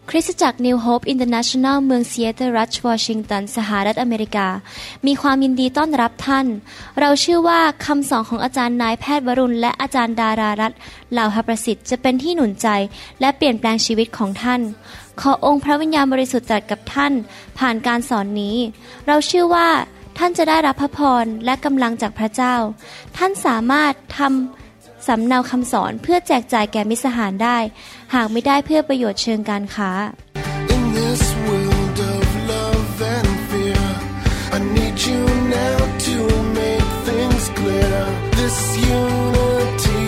คริสตจักร New Hope International เมืองซีแอตเทิลรัฐวอชิงตันสหรัฐอเมริกามีความยินดีต้อนรับท่านเราเชื่อว่าคำสอนของอาจารย์นายแพทย์วรุณและอาจารย์ดารารัตน์เหล่าหประสิทธิ์จะเป็นที่หนุนใจและเปลี่ยนแปลงชีวิตของท่านขอองค์พระวิญญาณบริสุทธิ์ตรัสกับท่านผ่านการสอนนี้เราเชื่อว่าท่านจะได้รับพระพรและกำลังจากพระเจ้าท่านสามารถทำสำเนาคำสอนเพื่อแจกจ่ายแก่มิตรสหายได้หากไม่ได้เพื่อประโยชน์เชิงการค้า In this world of love and fear I need you now to make things clear This unity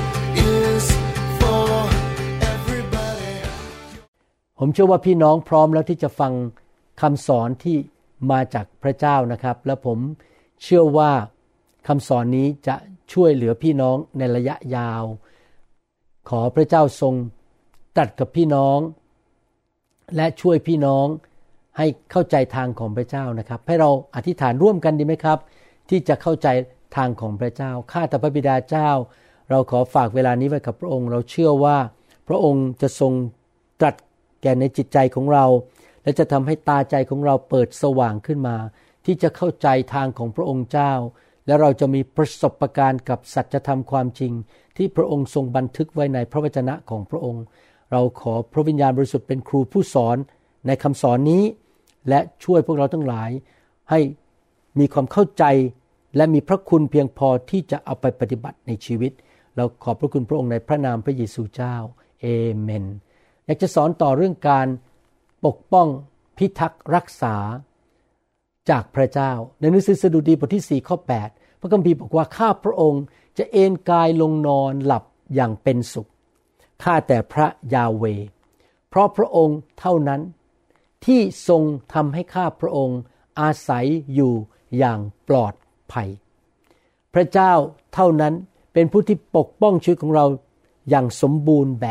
is for everybody ผมเชื่อว่าพี่น้องพร้อมแล้วที่จะฟังคำสอนที่มาจากพระเจ้านะครับและผมเชื่อว่าคำสอนนี้จะช่วยเหลือพี่น้องในระยะยาวขอพระเจ้าทรงตรัสกับพี่น้องและช่วยพี่น้องให้เข้าใจทางของพระเจ้านะครับให้เราอธิษฐานร่วมกันดีไหมครับที่จะเข้าใจทางของพระเจ้าข้าแต่พระบิดาเจ้าเราขอฝากเวลานี้ไว้กับพระองค์เราเชื่อว่าพระองค์จะทรงตรัสแก่ในจิตใจของเราและจะทำให้ตาใจของเราเปิดสว่างขึ้นมาที่จะเข้าใจทางของพระองค์เจ้าและเราจะมีประสบการณ์กับสัจธรรมความจริงที่พระองค์ทรงบันทึกไว้ในพระวจนะของพระองค์เราขอพระวิญญาณบริสุทธิ์เป็นครูผู้สอนในคำสอนนี้และช่วยพวกเราทั้งหลายให้มีความเข้าใจและมีพระคุณเพียงพอที่จะเอาไปปฏิบัติในชีวิตเราขอบพระคุณพระองค์ในพระนามพระเยซูเจ้าเอเมนอยากจะสอนต่อเรื่องการปกป้องพิทักษ์รักษาจากพระเจ้าในหนังสือสดุดีบทที่4ข้อ8พระคัมภีร์บอกว่าข้าพระองค์จะเอนกายลงนอนหลับอย่างเป็นสุขข้าแต่พระยาเวห์เพราะพระองค์เท่านั้นที่ทรงทำให้ข้าพระองค์อาศัยอยู่อย่างปลอดภัยพระเจ้าเท่านั้นเป็นผู้ที่ปกป้องชีวิตของเราอย่างสมบูรณ์แบบ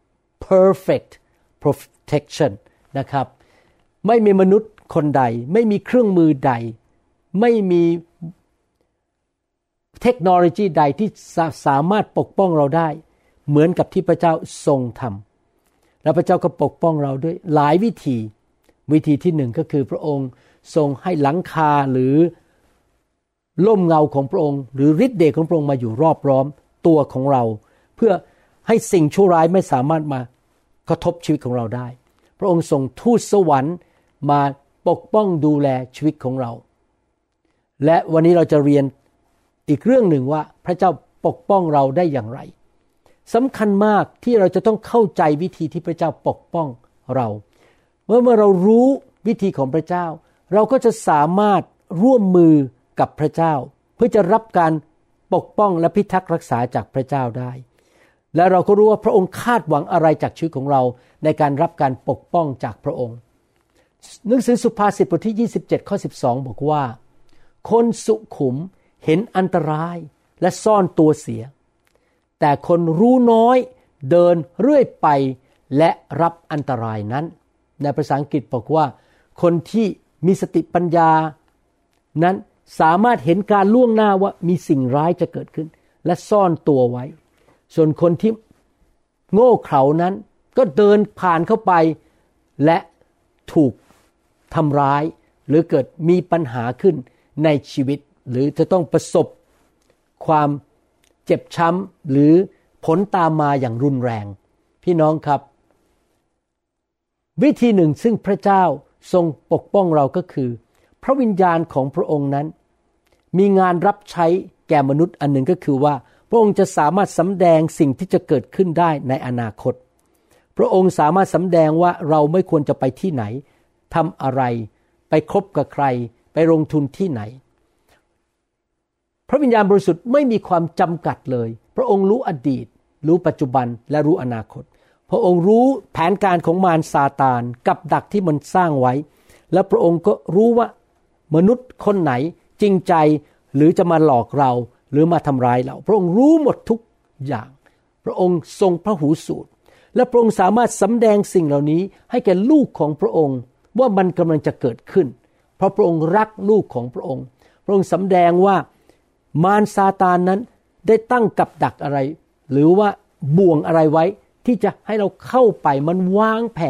perfect protection นะครับไม่มีมนุษย์คนใดไม่มีเครื่องมือใดไม่มีเทคโนโลยีใดที่สามารถปกป้องเราได้เหมือนกับที่พระเจ้าทรงทำและพระเจ้าก็ปกป้องเราด้วยหลายวิธีที่หนึ่งก็คือพระองค์ทรงให้หลังคาหรือร่มเงาของพระองค์หรือฤทธิ์เดชของพระองค์มาอยู่รอบล้อมตัวของเราเพื่อให้สิ่งชั่วร้ายไม่สามารถมากระทบชีวิตของเราได้พระองค์ส่งทูตสวรรค์มาปกป้องดูแลชีวิตของเราและวันนี้เราจะเรียนอีกเรื่องหนึ่งว่าพระเจ้าปกป้องเราได้อย่างไรสำคัญมากที่เราจะต้องเข้าใจวิธีที่พระเจ้าปกป้องเราเมื่อเรารู้วิธีของพระเจ้าเราก็จะสามารถร่วมมือกับพระเจ้าเพื่อจะรับการปกป้องและพิทักษ์รักษาจากพระเจ้าได้และเราก็รู้ว่าพระองค์คาดหวังอะไรจากชีวิตของเราในการรับการปกป้องจากพระองค์หนังสือสุภาษิตบทที่27ข้อ12บอกว่าคนสุขุมเห็นอันตรายและซ่อนตัวเสียแต่คนรู้น้อยเดินเรื่อยไปและรับอันตรายนั้นในภาษาอังกฤษบอกว่าคนที่มีสติปัญญานั้นสามารถเห็นการล่วงหน้าว่ามีสิ่งร้ายจะเกิดขึ้นและซ่อนตัวไว้ส่วนคนที่โง่เขลานั้นก็เดินผ่านเข้าไปและถูกทำร้ายหรือเกิดมีปัญหาขึ้นในชีวิตหรือจะต้องประสบความเจ็บช้ำหรือผลตามมาอย่างรุนแรงพี่น้องครับวิธีหนึ่งซึ่งพระเจ้าทรงปกป้องเราก็คือพระวิญญาณของพระองค์นั้นมีงานรับใช้แก่มนุษย์อันหนึ่งก็คือว่าพระองค์จะสามารถสำแดงสิ่งที่จะเกิดขึ้นได้ในอนาคตพระองค์สามารถสำแดงว่าเราไม่ควรจะไปที่ไหนทำอะไรไปคบกับใครไปลงทุนที่ไหนพระวิญญาณบริสุทธิ์ไม่มีความจำกัดเลยพระองค์รู้อดีตรู้ปัจจุบันและรู้อนาคตพระองค์รู้แผนการของมารซาตานกับดักที่มันสร้างไว้และพระองค์ก็รู้ว่ามนุษย์คนไหนจริงใจหรือจะมาหลอกเราหรือมาทำร้ายเราพระองค์รู้หมดทุกอย่างพระองค์ทรงพระหูสูตรและพระองค์สามารถสำแดงสิ่งเหล่านี้ให้แก่ลูกของพระองค์ว่ามันกำลังจะเกิดขึ้นเพราะพระองค์รักลูกของพระองค์พระองค์สำแดงว่ามารซาตานนั้นได้ตั้งกับดักอะไรหรือว่าบ่วงอะไรไว้ที่จะให้เราเข้าไปมันวางแผน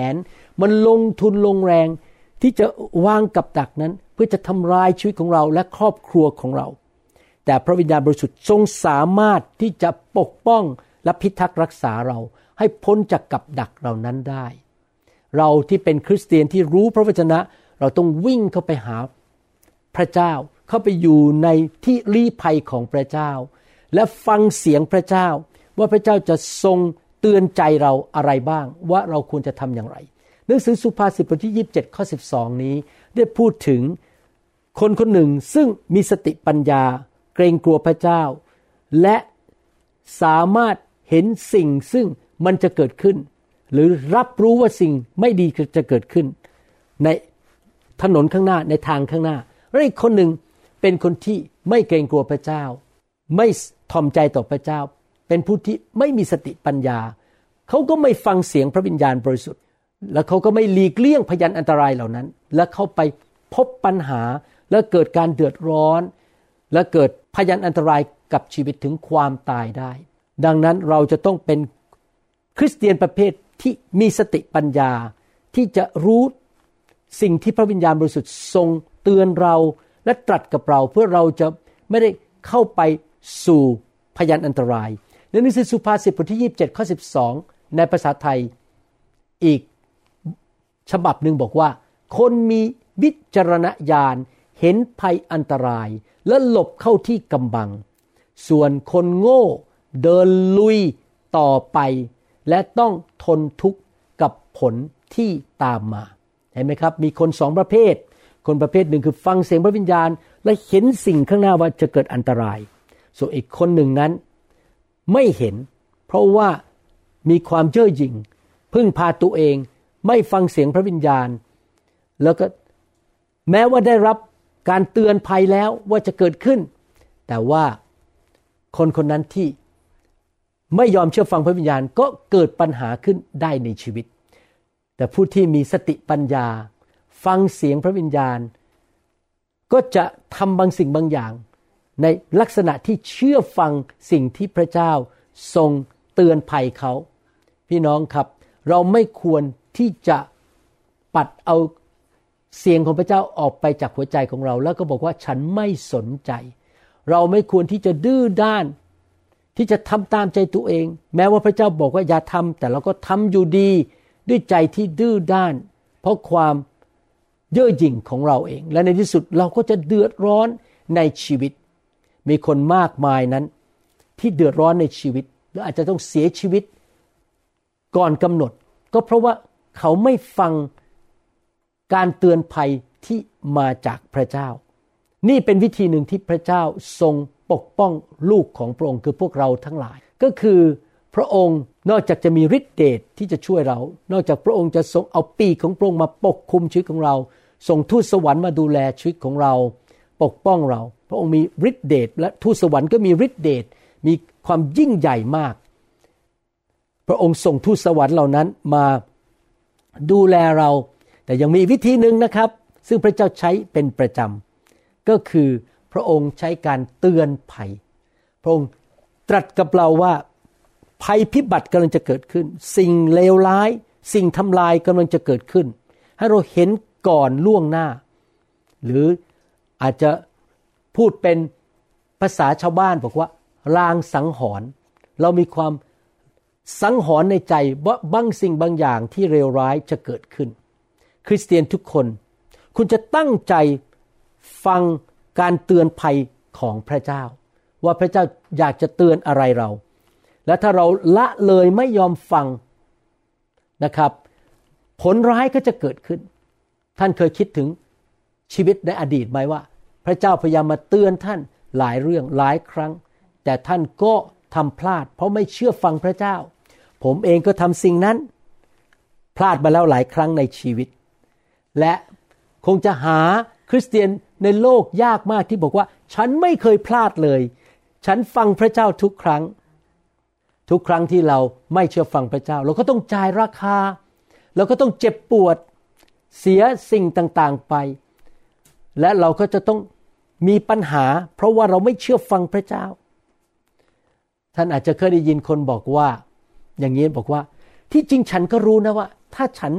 มันลงทุนลงแรงที่จะวางกับดักนั้นเพื่อจะทำลายชีวิตของเราและครอบครัวของเราแต่พระวิญญาณบริสุทธิ์ทรงสามารถที่จะปกป้องและพิทักษ์รักษาเราให้พ้นจากกับดักเหล่านั้นได้เราที่เป็นคริสเตียนที่รู้พระวจนะเราต้องวิ่งเข้าไปหาพระเจ้าเข้าไปอยู่ในที่ลี้ภัยของพระเจ้าและฟังเสียงพระเจ้าว่าพระเจ้าจะทรงเตือนใจเราอะไรบ้างว่าเราควรจะทำอย่างไรหนังสือสุภาษิตบทที่27ข้อ12นี้ได้พูดถึงคนคนหนึ่งซึ่งมีสติปัญญาเกรงกลัวพระเจ้าและสามารถเห็นสิ่งซึ่งมันจะเกิดขึ้นหรือรับรู้ว่าสิ่งไม่ดีจะเกิดขึ้นในถนนข้างหน้าในทางข้างหน้าและอีกคนหนึ่งเป็นคนที่ไม่เกรงกลัวพระเจ้าไม่ถ่อมใจต่อพระเจ้าเป็นผู้ที่ไม่มีสติปัญญาเขาก็ไม่ฟังเสียงพระวิญญาณบริสุทธิ์และเขาก็ไม่หลีกเลี่ยงพยันอันตรายเหล่านั้นและเขาไปพบปัญหาและเกิดการเดือดร้อนและเกิดพยันอันตรายกับชีวิตถึงความตายได้ดังนั้นเราจะต้องเป็นคริสเตียนประเภทที่มีสติปัญญาที่จะรู้สิ่งที่พระวิญญาณบริสุทธิ์ทรงเตือนเราและตรัสกับเราเพื่อเราจะไม่ได้เข้าไปสู่พยันอันตรายในหนังสือสุภาษิตบทที่27ข้อ12ในภาษาไทยอีกฉบับหนึ่งบอกว่าคนมีวิจารณญาณเห็นภัยอันตรายและหลบเข้าที่กำบังส่วนคนโง่เดินลุยต่อไปและต้องทนทุกข์กับผลที่ตามมาเห็นไหมครับมีคนสองประเภทคนประเภทหนึ่งคือฟังเสียงพระวิญญาณและเห็นสิ่งข้างหน้าว่าจะเกิดอันตรายส่วนอีกคนหนึ่งนั้นไม่เห็นเพราะว่ามีความเย่อหยิ่งพึ่งพาตัวเองไม่ฟังเสียงพระวิญญาณแล้วก็แม้ว่าได้รับการเตือนภัยแล้วว่าจะเกิดขึ้นแต่ว่าคนคนนั้นที่ไม่ยอมเชื่อฟังพระวิญญาณก็เกิดปัญหาขึ้นได้ในชีวิตแต่ผู้ที่มีสติปัญญาฟังเสียงพระวิญญาณก็จะทำบางสิ่งบางอย่างในลักษณะที่เชื่อฟังสิ่งที่พระเจ้าทรงเตือนภัยเขาพี่น้องครับเราไม่ควรที่จะปัดเอาเสียงของพระเจ้าออกไปจากหัวใจของเราแล้วก็บอกว่าฉันไม่สนใจเราไม่ควรที่จะดื้อด้านที่จะทำตามใจตัวเองแม้ว่าพระเจ้าบอกว่าอย่าทำแต่เราก็ทำอยู่ดีด้วยใจที่ดื้อด้านเพราะความเย่อหยิ่งของเราเองและในที่สุดเราก็จะเดือดร้อนในชีวิตมีคนมากมายนั้นที่เดือดร้อนในชีวิตหรืออาจจะต้องเสียชีวิตก่อนกำหนดก็เพราะว่าเขาไม่ฟังการเตือนภัยที่มาจากพระเจ้านี่เป็นวิธีหนึ่งที่พระเจ้าทรงปกป้องลูกของพระองค์คือพวกเราทั้งหลายก็คือพระองค์นอกจากจะมีฤทธิ์เดชที่จะช่วยเรานอกจากพระองค์จะทรงเอาปีกของพระองค์มาปกคุมชีวิตของเราส่งทูตสวรรค์มาดูแลชีวิตของเราปกป้องเราพระองค์มีฤทธิ์เดชและทูตสวรรค์ก็มีฤทธิ์เดชมีความยิ่งใหญ่มากพระองค์ส่งทูตสวรรค์เหล่านั้นมาดูแลเราแต่ยังมีวิธีหนึ่งนะครับซึ่งพระเจ้าใช้เป็นประจำก็คือพระองค์ใช้การเตือนภัยพระองค์ตรัสกับเราว่าภัยพิบัติกำลังจะเกิดขึ้นสิ่งเลวร้ายสิ่งทำลายกำลังจะเกิดขึ้นให้เราเห็นก่อนล่วงหน้าหรืออาจจะพูดเป็นภาษาชาวบ้านบอกว่าลางสังหรณ์เรามีความสังหรณ์ในใจว่าบางสิ่งบางอย่างที่เลวร้ายจะเกิดขึ้นคริสเตียนทุกคนคุณจะตั้งใจฟังการเตือนภัยของพระเจ้าว่าพระเจ้าอยากจะเตือนอะไรเราและถ้าเราละเลยไม่ยอมฟังนะครับผลร้ายก็จะเกิดขึ้นท่านเคยคิดถึงชีวิตในอดีตไหมว่าพระเจ้าพยายามมาเตือนท่านหลายเรื่องหลายครั้งแต่ท่านก็ทำพลาดเพราะไม่เชื่อฟังพระเจ้าผมเองก็ทำสิ่งนั้นพลาดมาแล้วหลายครั้งในชีวิตและคงจะหาคริสเตียนในโลกยากมากที่บอกว่าฉันไม่เคยพลาดเลยฉันฟังพระเจ้าทุกครั้งที่เราไม่เชื่อฟังพระเจ้าเราก็ต้องจ่ายราคาเราก็ต้องเจ็บปวดเสียสิ่งต่างๆไปและเราก็จะต้องมีปัญหาเพราะว่าเราไม่เชื่อฟังพระเจ้าท่านอาจจะเคยได้ยินคนบอกว่าอย่างนี้บอกว่าที่จริงฉันก็รู้นะว่าถ้าฉัน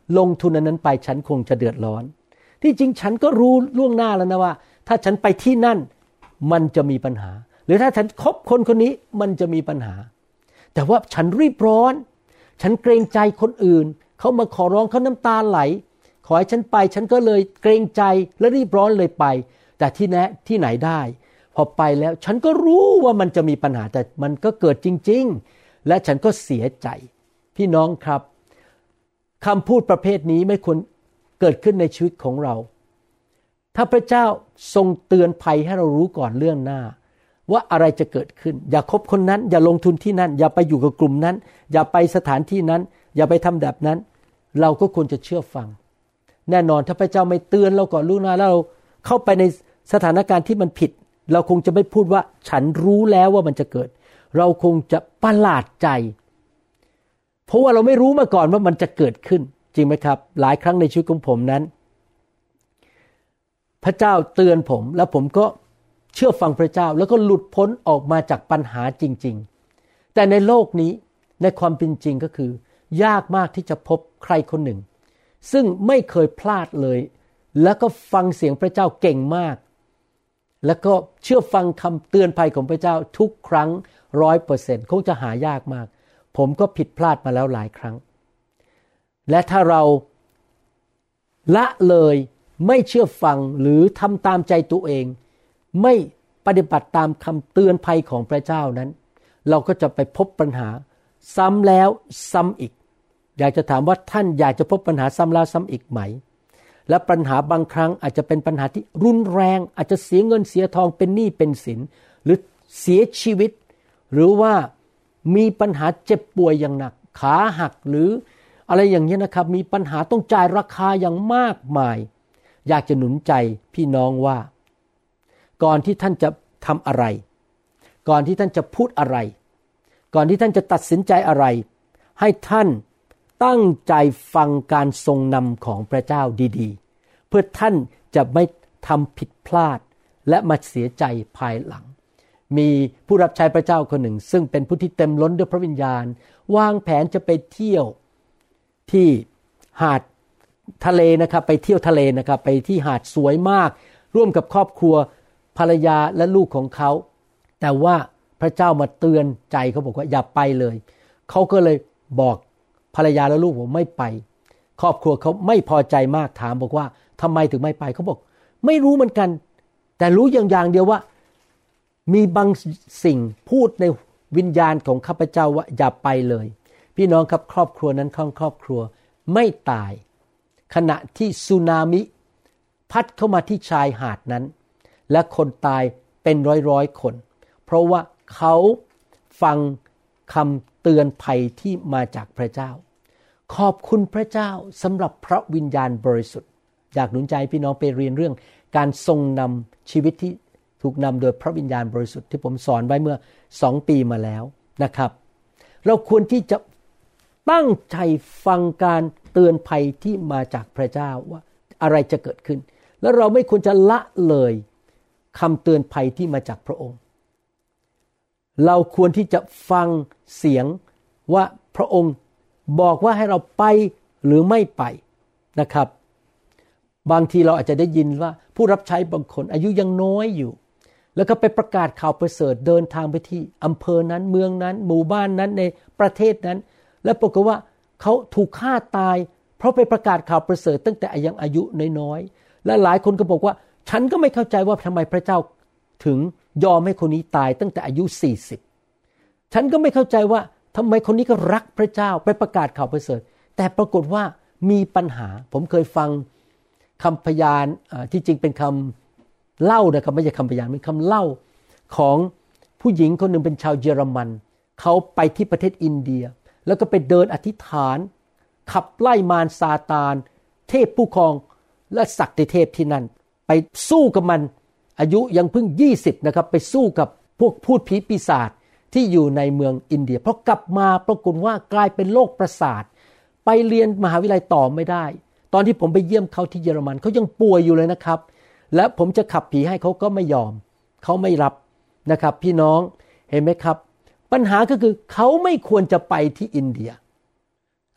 ลงทุนอันนั้นไปฉันคงจะเดือดร้อนที่จริงฉันก็รู้ล่วงหน้าแล้วนะว่าถ้าฉันไปที่นั่นมันจะมีปัญหาหรือถ้าฉันคบคนคนนี้มันจะมีปัญหาแต่ว่าฉันรีบร้อนฉันเกรงใจคนอื่นเขามาขอร้องเขาน้ำตาไหลขอให้ฉันไปฉันก็เลยเกรงใจและรีบร้อนเลยไปแต่ที่ไหนได้พอไปแล้วฉันก็รู้ว่ามันจะมีปัญหาแต่มันก็เกิดจริงๆและฉันก็เสียใจพี่น้องครับคำพูดประเภทนี้ไม่ควรเกิดขึ้นในชีวิตของเราถ้าพระเจ้าทรงเตือนภัยให้เรารู้ก่อนเรื่องหน้าว่าอะไรจะเกิดขึ้นอย่าคบคนนั้นอย่าลงทุนที่นั่นอย่าไปอยู่กับกลุ่มนั้นอย่าไปสถานที่นั้นอย่าไปทำแบบนั้นเราก็ควรจะเชื่อฟังแน่นอนถ้าพระเจ้าไม่เตือนเราก่อนล่วงหน้าแล้วเราเข้าไปในสถานการณ์ที่มันผิดเราคงจะไม่พูดว่าฉันรู้แล้วว่ามันจะเกิดเราคงจะประหลาดใจเพราะว่าเราไม่รู้มาก่อนว่ามันจะเกิดขึ้นจริงไหมครับหลายครั้งในชีวิตของผมนั้นพระเจ้าเตือนผมแล้วผมก็เชื่อฟังพระเจ้าแล้วก็หลุดพ้นออกมาจากปัญหาจริงๆแต่ในโลกนี้ในความเป็นจริงก็คือยากมากที่จะพบใครคนหนึ่งซึ่งไม่เคยพลาดเลยแล้วก็ฟังเสียงพระเจ้าเก่งมากแล้วก็เชื่อฟังคำเตือนภัยของพระเจ้าทุกครั้ง 100% คงจะหายากมากผมก็ผิดพลาดมาแล้วหลายครั้งและถ้าเราละเลยไม่เชื่อฟังหรือทำตามใจตัวเองไม่ปฏิบัติตามคำเตือนภัยของพระเจ้านั้นเราก็จะไปพบปัญหาซ้ำแล้วซ้ำอีกอยากจะถามว่าท่านอยากจะพบปัญหาซ้ำแล้วซ้ำอีกไหมและปัญหาบางครั้งอาจจะเป็นปัญหาที่รุนแรงอาจจะเสียเงินเสียทองเป็นหนี้เป็นสินหรือเสียชีวิตหรือว่ามีปัญหาเจ็บป่วยอย่างหนักขาหักหรืออะไรอย่างนี้นะครับมีปัญหาต้องจ่ายราคาอย่างมากมายอยากจะหนุนใจพี่น้องว่าก่อนที่ท่านจะทำอะไรก่อนที่ท่านจะพูดอะไรก่อนที่ท่านจะตัดสินใจอะไรให้ท่านตั้งใจฟังการทรงนำของพระเจ้าดีๆเพื่อท่านจะไม่ทำผิดพลาดและมาเสียใจภายหลังมีผู้รับใช้พระเจ้าคนหนึ่งซึ่งเป็นผู้ที่เต็มล้นด้วยพระวิญญาณวางแผนจะไปเที่ยวที่หาดทะเลนะครับไปเที่ยวทะเลนะครับไปที่หาดสวยมากร่วมกับครอบครัวภรรยาและลูกของเขาแต่ว่าพระเจ้ามาเตือนใจเขาบอกว่าอย่าไปเลยเขาก็เลยบอกภรรยาและลูกผมไม่ไปครอบครัวเขาไม่พอใจมากถามบอกว่าทำไมถึงไม่ไปเขาบอกไม่รู้เหมือนกันแต่รู้อย่างเดียวว่ามีบางสิ่งพูดในวิญญาณของข้าพเจ้าว่าอย่าไปเลยพี่น้องครับครอบครัวนั้นครอบครัวไม่ตายขณะที่สึนามิพัดเข้ามาที่ชายหาดนั้นและคนตายเป็นร้อยคนเพราะว่าเขาฟังคำเตือนภัยที่มาจากพระเจ้าขอบคุณพระเจ้าสำหรับพระวิญญาณบริสุทธิ์อยากหนุนใจพี่น้องไปเรียนเรื่องการทรงนำชีวิตที่ถูกนำโดยพระวิญญาณบริสุทธิ์ที่ผมสอนไว้เมื่อ2 ปีมาแล้วนะครับเราควรที่จะตั้งใจฟังการเตือนภัยที่มาจากพระเจ้าว่าอะไรจะเกิดขึ้นแล้วเราไม่ควรจะละเลยคำเตือนภัยที่มาจากพระองค์เราควรที่จะฟังเสียงว่าพระองค์บอกว่าให้เราไปหรือไม่ไปนะครับบางทีเราอาจจะได้ยินว่าผู้รับใช้บางคนอายุยังน้อยอยู่แล้วก็ไปประกาศข่าวประเสริฐเดินทางไปที่อำเภอนั้นเมืองนั้นหมู่บ้านนั้นในประเทศนั้นแล้วปรากฏว่าเขาถูกฆ่าตายเพราะไปประกาศข่าวประเสริฐตั้งแต่ยังอายุน้อยๆและหลายคนก็บอกว่าฉันก็ไม่เข้าใจว่าทำไมพระเจ้าถึงยอมให้คนนี้ตายตั้งแต่อายุ40ฉันก็ไม่เข้าใจว่าทำไมคนนี้ก็รักพระเจ้าไปประกาศข่าวประเสริฐแต่ปรากฏว่ามีปัญหาผมเคยฟังคำพยานที่จริงเป็นคำเล่านะครับไม่ใช่คำพยานเป็นคำเล่าของผู้หญิงคนหนึ่งเป็นชาวเยอรมันเขาไปที่ประเทศอินเดียแล้วก็ไปเดินอธิษฐานขับไล่มารซาตานเทพผู้ครองและศักดิเทพที่นั่นไปสู้กับมันอายุยังเพิ่ง20นะครับไปสู้กับพวกพูดผีปีศาจที่อยู่ในเมืองอินเดียเพราะกลับมาปรากฏว่ากลายเป็นโรคประสาทไปเรียนมหาวิทยาลัยต่อไม่ได้ตอนที่ผมไปเยี่ยมเขาที่เยอรมันเขายังป่วยอยู่เลยนะครับและผมจะขับผีให้เขาก็ไม่ยอมเขาไม่รับนะครับพี่น้องเห็นไหมครับปัญหาก็คือเขาไม่ควรจะไปที่อินเดีย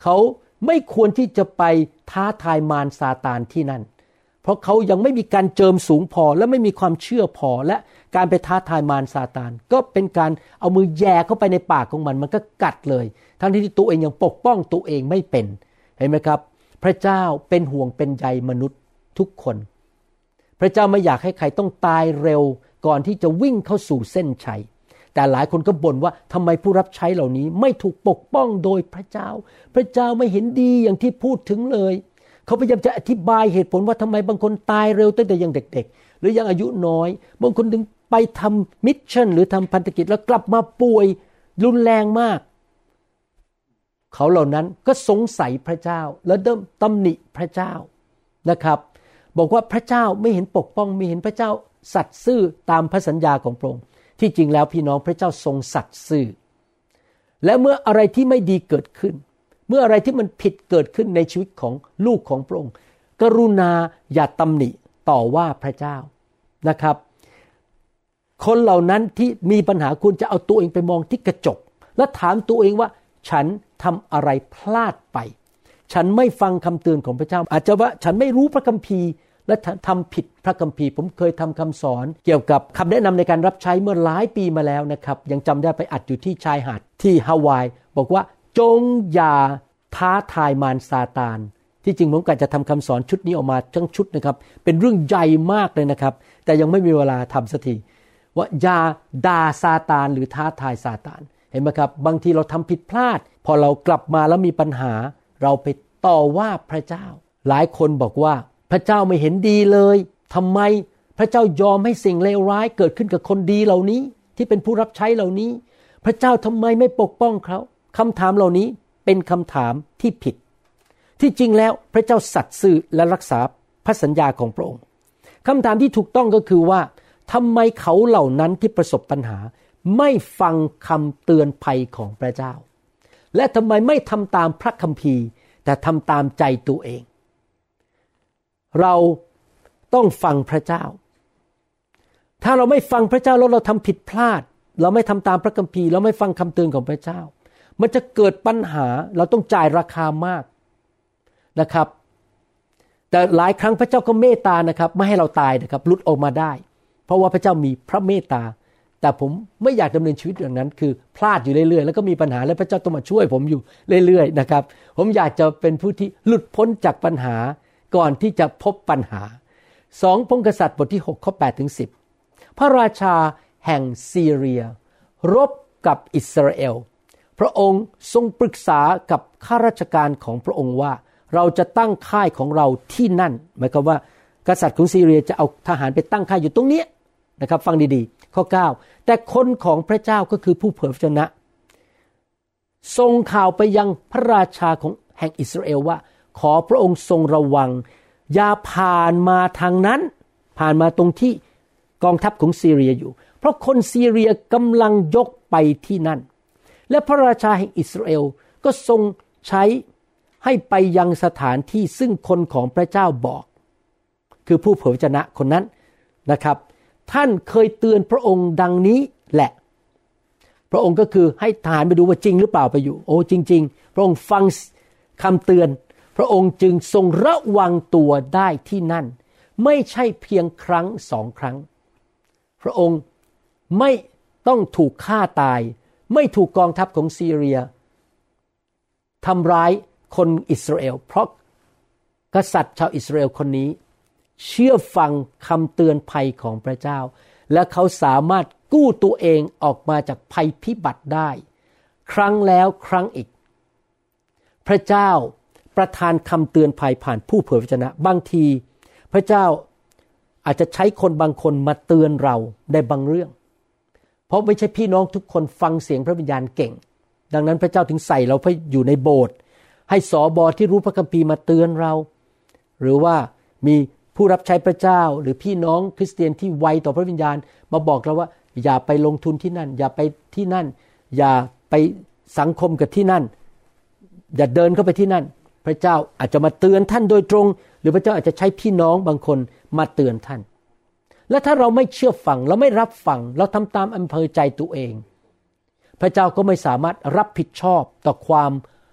เขาไม่ควรที่จะไปท้าทายมารซาตานที่นั่นเพราะเขายังไม่มีการเจิมสูงพอและไม่มีความเชื่อพอและการไปท้าทายมารซาตานก็เป็นการเอามือแย่เข้าไปในปากของมันก็กัดเลยทั้งที่ตัวเองยังปกป้องตัวเองไม่เป็นเห็นไหมครับพระเจ้าเป็นห่วงเป็นใยมนุษย์ทุกคนพระเจ้าไม่อยากให้ใครต้องตายเร็วก่อนที่จะวิ่งเข้าสู่เส้นชัยแต่หลายคนก็บ่นว่าทำไมผู้รับใช้เหล่านี้ไม่ถูกปกป้องโดยพระเจ้าพระเจ้าไม่เห็นดีอย่างที่พูดถึงเลยเขาพยายามจะอธิบายเหตุผลว่าทำไมบางคนตายเร็วตั้งแต่ยังเด็กๆหรือยังอายุน้อยบางคนถึงไปทำมิชชั่นหรือทำพันธกิจแล้วกลับมาป่วยรุนแรงมากเขาเหล่านั้นก็สงสัยพระเจ้าและเริ่มตำหนิพระเจ้านะครับบอกว่าพระเจ้าไม่เห็นปกป้องไม่เห็นพระเจ้าสัตย์ซื่อตามพระสัญญาของพระองค์ที่จริงแล้วพี่น้องพระเจ้าทรงสัตย์ซื่อและเมื่ออะไรที่ไม่ดีเกิดขึ้นเมื่ออะไรที่มันผิดเกิดขึ้นในชีวิตของลูกของพระองค์กรุณาอย่าตำหนิต่อว่าพระเจ้านะครับคนเหล่านั้นที่มีปัญหาควรจะเอาตัวเองไปมองที่กระจกและถามตัวเองว่าฉันทำอะไรพลาดไปฉันไม่ฟังคำเตือนของพระเจ้าอาจจะว่าฉันไม่รู้พระคัมภีร์และทำผิดพระคัมภีร์ผมเคยทำคำสอนเกี่ยวกับคำแนะนำในการรับใช้เมื่อหลายปีมาแล้วนะครับยังจำได้ไปอัดอยู่ที่ชายหาดที่ฮาวายบอกว่าจงอย่าท้าทายมารซาตานที่จริงผมกะจะทำคำสอนชุดนี้ออกมาทั้งชุดนะครับเป็นเรื่องใหญ่มากเลยนะครับแต่ยังไม่มีเวลาทำสักทีว่าอย่าด่าซาตานหรือท้าทายซาตานเห็นไหมครับบางทีเราทำผิดพลาดพอเรากลับมาแล้วมีปัญหาเราไปต่อว่าพระเจ้าหลายคนบอกว่าพระเจ้าไม่เห็นดีเลยทำไมพระเจ้ายอมให้สิ่งเลวร้ายเกิดขึ้นกับคนดีเหล่านี้ที่เป็นผู้รับใช้เหล่านี้พระเจ้าทำไมไม่ปกป้องเขาคำถามเหล่านี้เป็นคำถามที่ผิดที่จริงแล้วพระเจ้าสัตย์ซื่อและรักษาพระสัญญาของพระองค์คำถามที่ถูกต้องก็คือว่าทำไมเขาเหล่านั้นที่ประสบปัญหาไม่ฟังคำเตือนภัยของพระเจ้าและทำไมไม่ทำตามพระคัมภีร์แต่ทำตามใจตัวเองเราต้องฟังพระเจ้าถ้าเราไม่ฟังพระเจ้าแล้วเราทำผิดพลาดเราไม่ทำตามพระคัมภีร์เราไม่ฟังคำเตือนของพระเจ้ามันจะเกิดปัญหาเราต้องจ่ายราคามากนะครับแต่หลายครั้งพระเจ้าก็เมตตานะครับไม่ให้เราตายนะครับหลุดออกมาได้เพราะว่าพระเจ้ามีพระเมตตาแต่ผมไม่อยากดำเนินชีวิตอย่างนั้นคือพลาดอยู่เรื่อยๆแล้วก็มีปัญหาแล้วพระเจ้าต้องมาช่วยผมอยู่เรื่อยๆนะครับผมอยากจะเป็นผู้ที่หลุดพ้นจากปัญหาก่อนที่จะพบปัญหา2พงศ์กษัตริย์บทที่6ข้อ8ถึง10พระราชาแห่งซีเรียรบกับอิสราเอลพระองค์ทรงปรึกษากับข้าราชการของพระองค์ว่าเราจะตั้งค่ายของเราที่นั่นหมายความว่ากษัตริย์ของซีเรียจะเอาทหารไปตั้งค่ายอยู่ตรงนี้นะครับฟังดีๆข้อ9แต่คนของพระเจ้าก็คือผู้เผยพระชนะส่งข่าวไปยังพระราชาของแห่งอิสราเอลว่าขอพระองค์ทรงระวังอย่าผ่านมาทางนั้นผ่านมาตรงที่กองทัพของซีเรียอยู่เพราะคนซีเรียกำลังยกไปที่นั่นและพระราชาแห่งอิสราเอลก็ทรงใช้ให้ไปยังสถานที่ซึ่งคนของพระเจ้าบอกคือผู้เผยพระชนะคนนั้นนะครับท่านเคยเตือนพระองค์ดังนี้แหละพระองค์ก็คือให้ทหารไปดูว่าจริงหรือเปล่าไปอยู่โอ้จริงๆพระองค์ฟังคำเตือนพระองค์จึงทรงระวังตัวได้ที่นั่นไม่ใช่เพียงครั้ง2ครั้งพระองค์ไม่ต้องถูกฆ่าตายไม่ถูกกองทัพของซีเรียทำร้ายคนอิสราเอลเพราะกษัตริย์ชาวอิสราเอลคนนี้เชื่อฟังคำเตือนภัยของพระเจ้าและเขาสามารถกู้ตัวเองออกมาจากภัยพิบัติได้ครั้งแล้วครั้งอีกพระเจ้าประทานคำเตือนภัยผ่านผู้เผยพระชนะบางทีพระเจ้าอาจจะใช้คนบางคนมาเตือนเราในบางเรื่องเพราะไม่ใช่พี่น้องทุกคนฟังเสียงพระวิญญาณเก่งดังนั้นพระเจ้าถึงใส่เราไปอยู่ในโบสถ์ให้สบที่รู้พระคัมภีร์มาเตือนเราหรือว่ามีผู้รับใช้พระเจ้าหรือพี่น้องคริสเตียนที่ไวต่อพระวิญญาณมาบอกเราว่าอย่าไปลงทุนที่นั่นอย่าไปที่นั่นอย่าไปสังคมกับที่นั่นอย่าเดินเข้าไปที่นั่นพระเจ้าอาจจะมาเตือนท่านโดยตรงหรือพระเจ้าอาจจะใช้พี่น้องบางคนมาเตือนท่านและถ้าเราไม่เชื่อฟังเราไม่รับฟังเราทำตามอำเภอใจตัวเองพระเจ้าก็ไม่สามารถรับผิดชอบต่อความ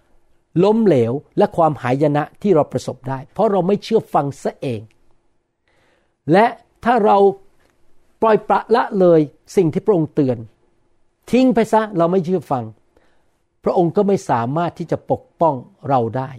ล้มเหลวและความหายนะที่เราประสบได้เพราะเราไม่เชื่อฟังซะเองและถ้าเราปล่อยปละละเลยสิ่งที่พระองค์เตือนทิ้งไปซะเราไม่เชื่อฟังพระองค์ก็ไม่สามารถที่จะปกป้องเราได้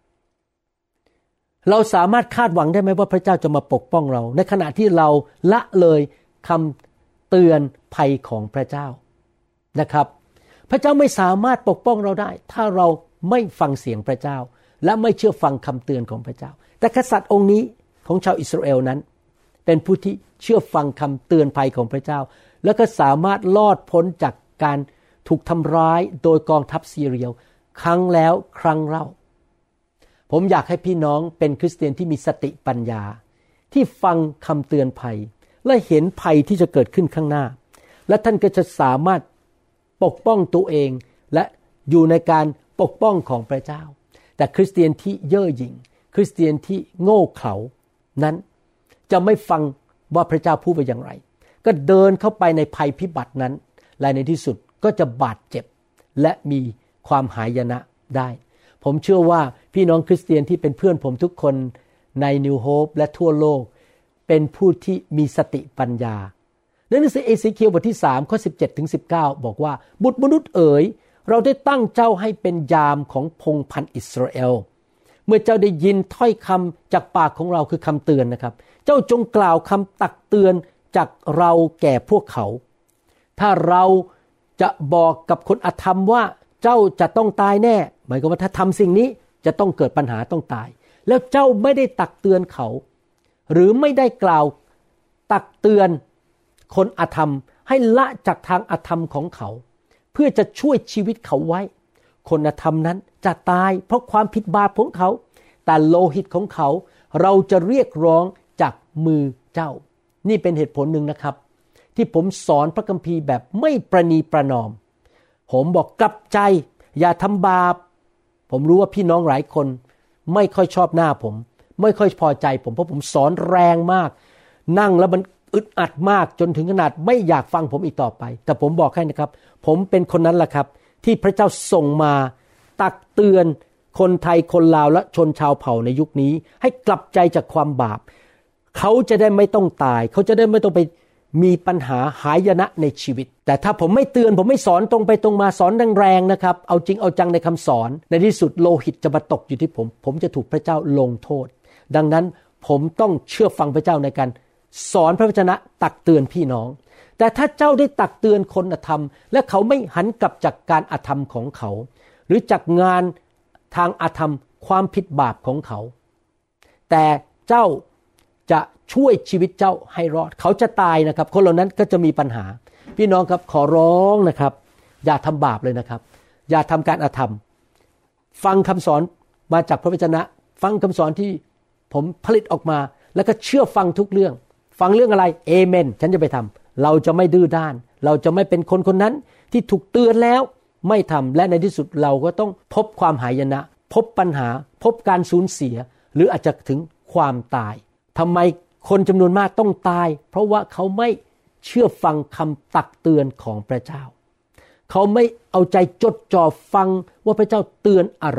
เราสามารถคาดหวังได้ไหมว่าพระเจ้าจะมาปกป้องเราในขณะที่เราละเลยคำเตือนภัยของพระเจ้านะครับพระเจ้าไม่สามารถปกป้องเราได้ถ้าเราไม่ฟังเสียงพระเจ้าและไม่เชื่อฟังคำเตือนของพระเจ้าแต่กษัตริย์องค์นี้ของชาวอิสราเอลนั้นเป็นผู้ที่เชื่อฟังคำเตือนภัยของพระเจ้าแล้วก็สามารถรอดพ้นจากการถูกทำร้ายโดยกองทัพซีเรียครั้งแล้วครั้งเล่าผมอยากให้พี่น้องเป็นคริสเตียนที่มีสติปัญญาที่ฟังคำเตือนภัยและเห็นภัยที่จะเกิดขึ้นข้างหน้าและท่านก็จะสามารถปกป้องตัวเองและอยู่ในการปกป้องของพระเจ้าแต่คริสเตียนที่เย่อหยิ่งคริสเตียนที่โง่เขลานั้นจะไม่ฟังว่าพระเจ้าพูดว่าอย่างไรก็เดินเข้าไปในภัยพิบัตินั้นและในที่สุดก็จะบาดเจ็บและมีความหายนะได้ผมเชื่อว่าพี่น้องคริสเตียนที่เป็นเพื่อนผมทุกคนใน New Hope และทั่วโลกเป็นผู้ที่มีสติปัญญาในหนังสือเอเสเคียลบทที่3ข้อ17ถึง19บอกว่าบุตรมนุษย์เอ๋ยเราได้ตั้งเจ้าให้เป็นยามของพงศ์พันธุ์อิสราเอลเมื่อเจ้าได้ยินถ้อยคำจากปากของเราคือคำเตือนนะครับเจ้าจงกล่าวคำตักเตือนจากเราแก่พวกเขาถ้าเราจะบอกกับคนอธรรมว่าเจ้าจะต้องตายแน่หมายความว่าถ้าทำสิ่งนี้จะต้องเกิดปัญหาต้องตายแล้วเจ้าไม่ได้ตักเตือนเขาหรือไม่ได้กล่าวตักเตือนคนอธรรมให้ละจากทางอธรรมของเขาเพื่อจะช่วยชีวิตเขาไว้คนอธรรมนั้นจะตายเพราะความผิดบาปของเขาแต่โลหิตของเขาเราจะเรียกร้องจากมือเจ้านี่เป็นเหตุผลหนึ่งนะครับที่ผมสอนพระคัมภีร์แบบไม่ประนีประนอมผมบอกกลับใจอย่าทำบาปผมรู้ว่าพี่น้องหลายคนไม่ค่อยชอบหน้าผมไม่ค่อยพอใจผมเพราะผมสอนแรงมากนั่งแล้วมันอึดอัดมากจนถึงขนาดไม่อยากฟังผมอีกต่อไปแต่ผมบอกให้นะครับผมเป็นคนนั้นแหละครับที่พระเจ้าส่งมาตักเตือนคนไทยคนลาวและชนชาวเผ่าในยุคนี้ให้กลับใจจากความบาปเขาจะได้ไม่ต้องตายเขาจะได้ไม่ต้องไปมีปัญหาหายนะในชีวิตแต่ถ้าผมไม่เตือนผมไม่สอนตรงไปตรงมาสอนแรงๆนะครับเอาจริงเอาจังในคำสอนในที่สุดโลหิตจะมาตกอยู่ที่ผมจะถูกพระเจ้าลงโทษดังนั้นผมต้องเชื่อฟังพระเจ้าในการสอนพระวจนะตักเตือนพี่น้องแต่ถ้าเจ้าได้ตักเตือนคนอธรรมและเขาไม่หันกลับจากการอธรรมของเขาหรือจากงานทางอธรรมความผิดบาปของเขาแต่เจ้าจะช่วยชีวิตเจ้าให้รอดเขาจะตายนะครับคนเหล่านั้นก็จะมีปัญหาพี่น้องครับขอร้องนะครับอย่าทำบาปเลยนะครับอย่าทำการอธรรมฟังคำสอนมาจากพระวจนะฟังคำสอนที่ผมผลิตออกมาแล้วก็เชื่อฟังทุกเรื่องฟังเรื่องอะไรเอเมนฉันจะไปทำเราจะไม่ดื้อด้านเราจะไม่เป็นคนคนนั้นที่ถูกเตือนแล้วไม่ทำและในที่สุดเราก็ต้องพบความหายนะพบปัญหาพบการสูญเสียหรืออาจจะถึงความตายทำไมคนจำนวนมากต้องตายเพราะว่าเขาไม่เชื่อฟังคำตักเตือนของพระเจ้าเขาไม่เอาใจจดจ่อฟังว่าพระเจ้าเตือนอะไร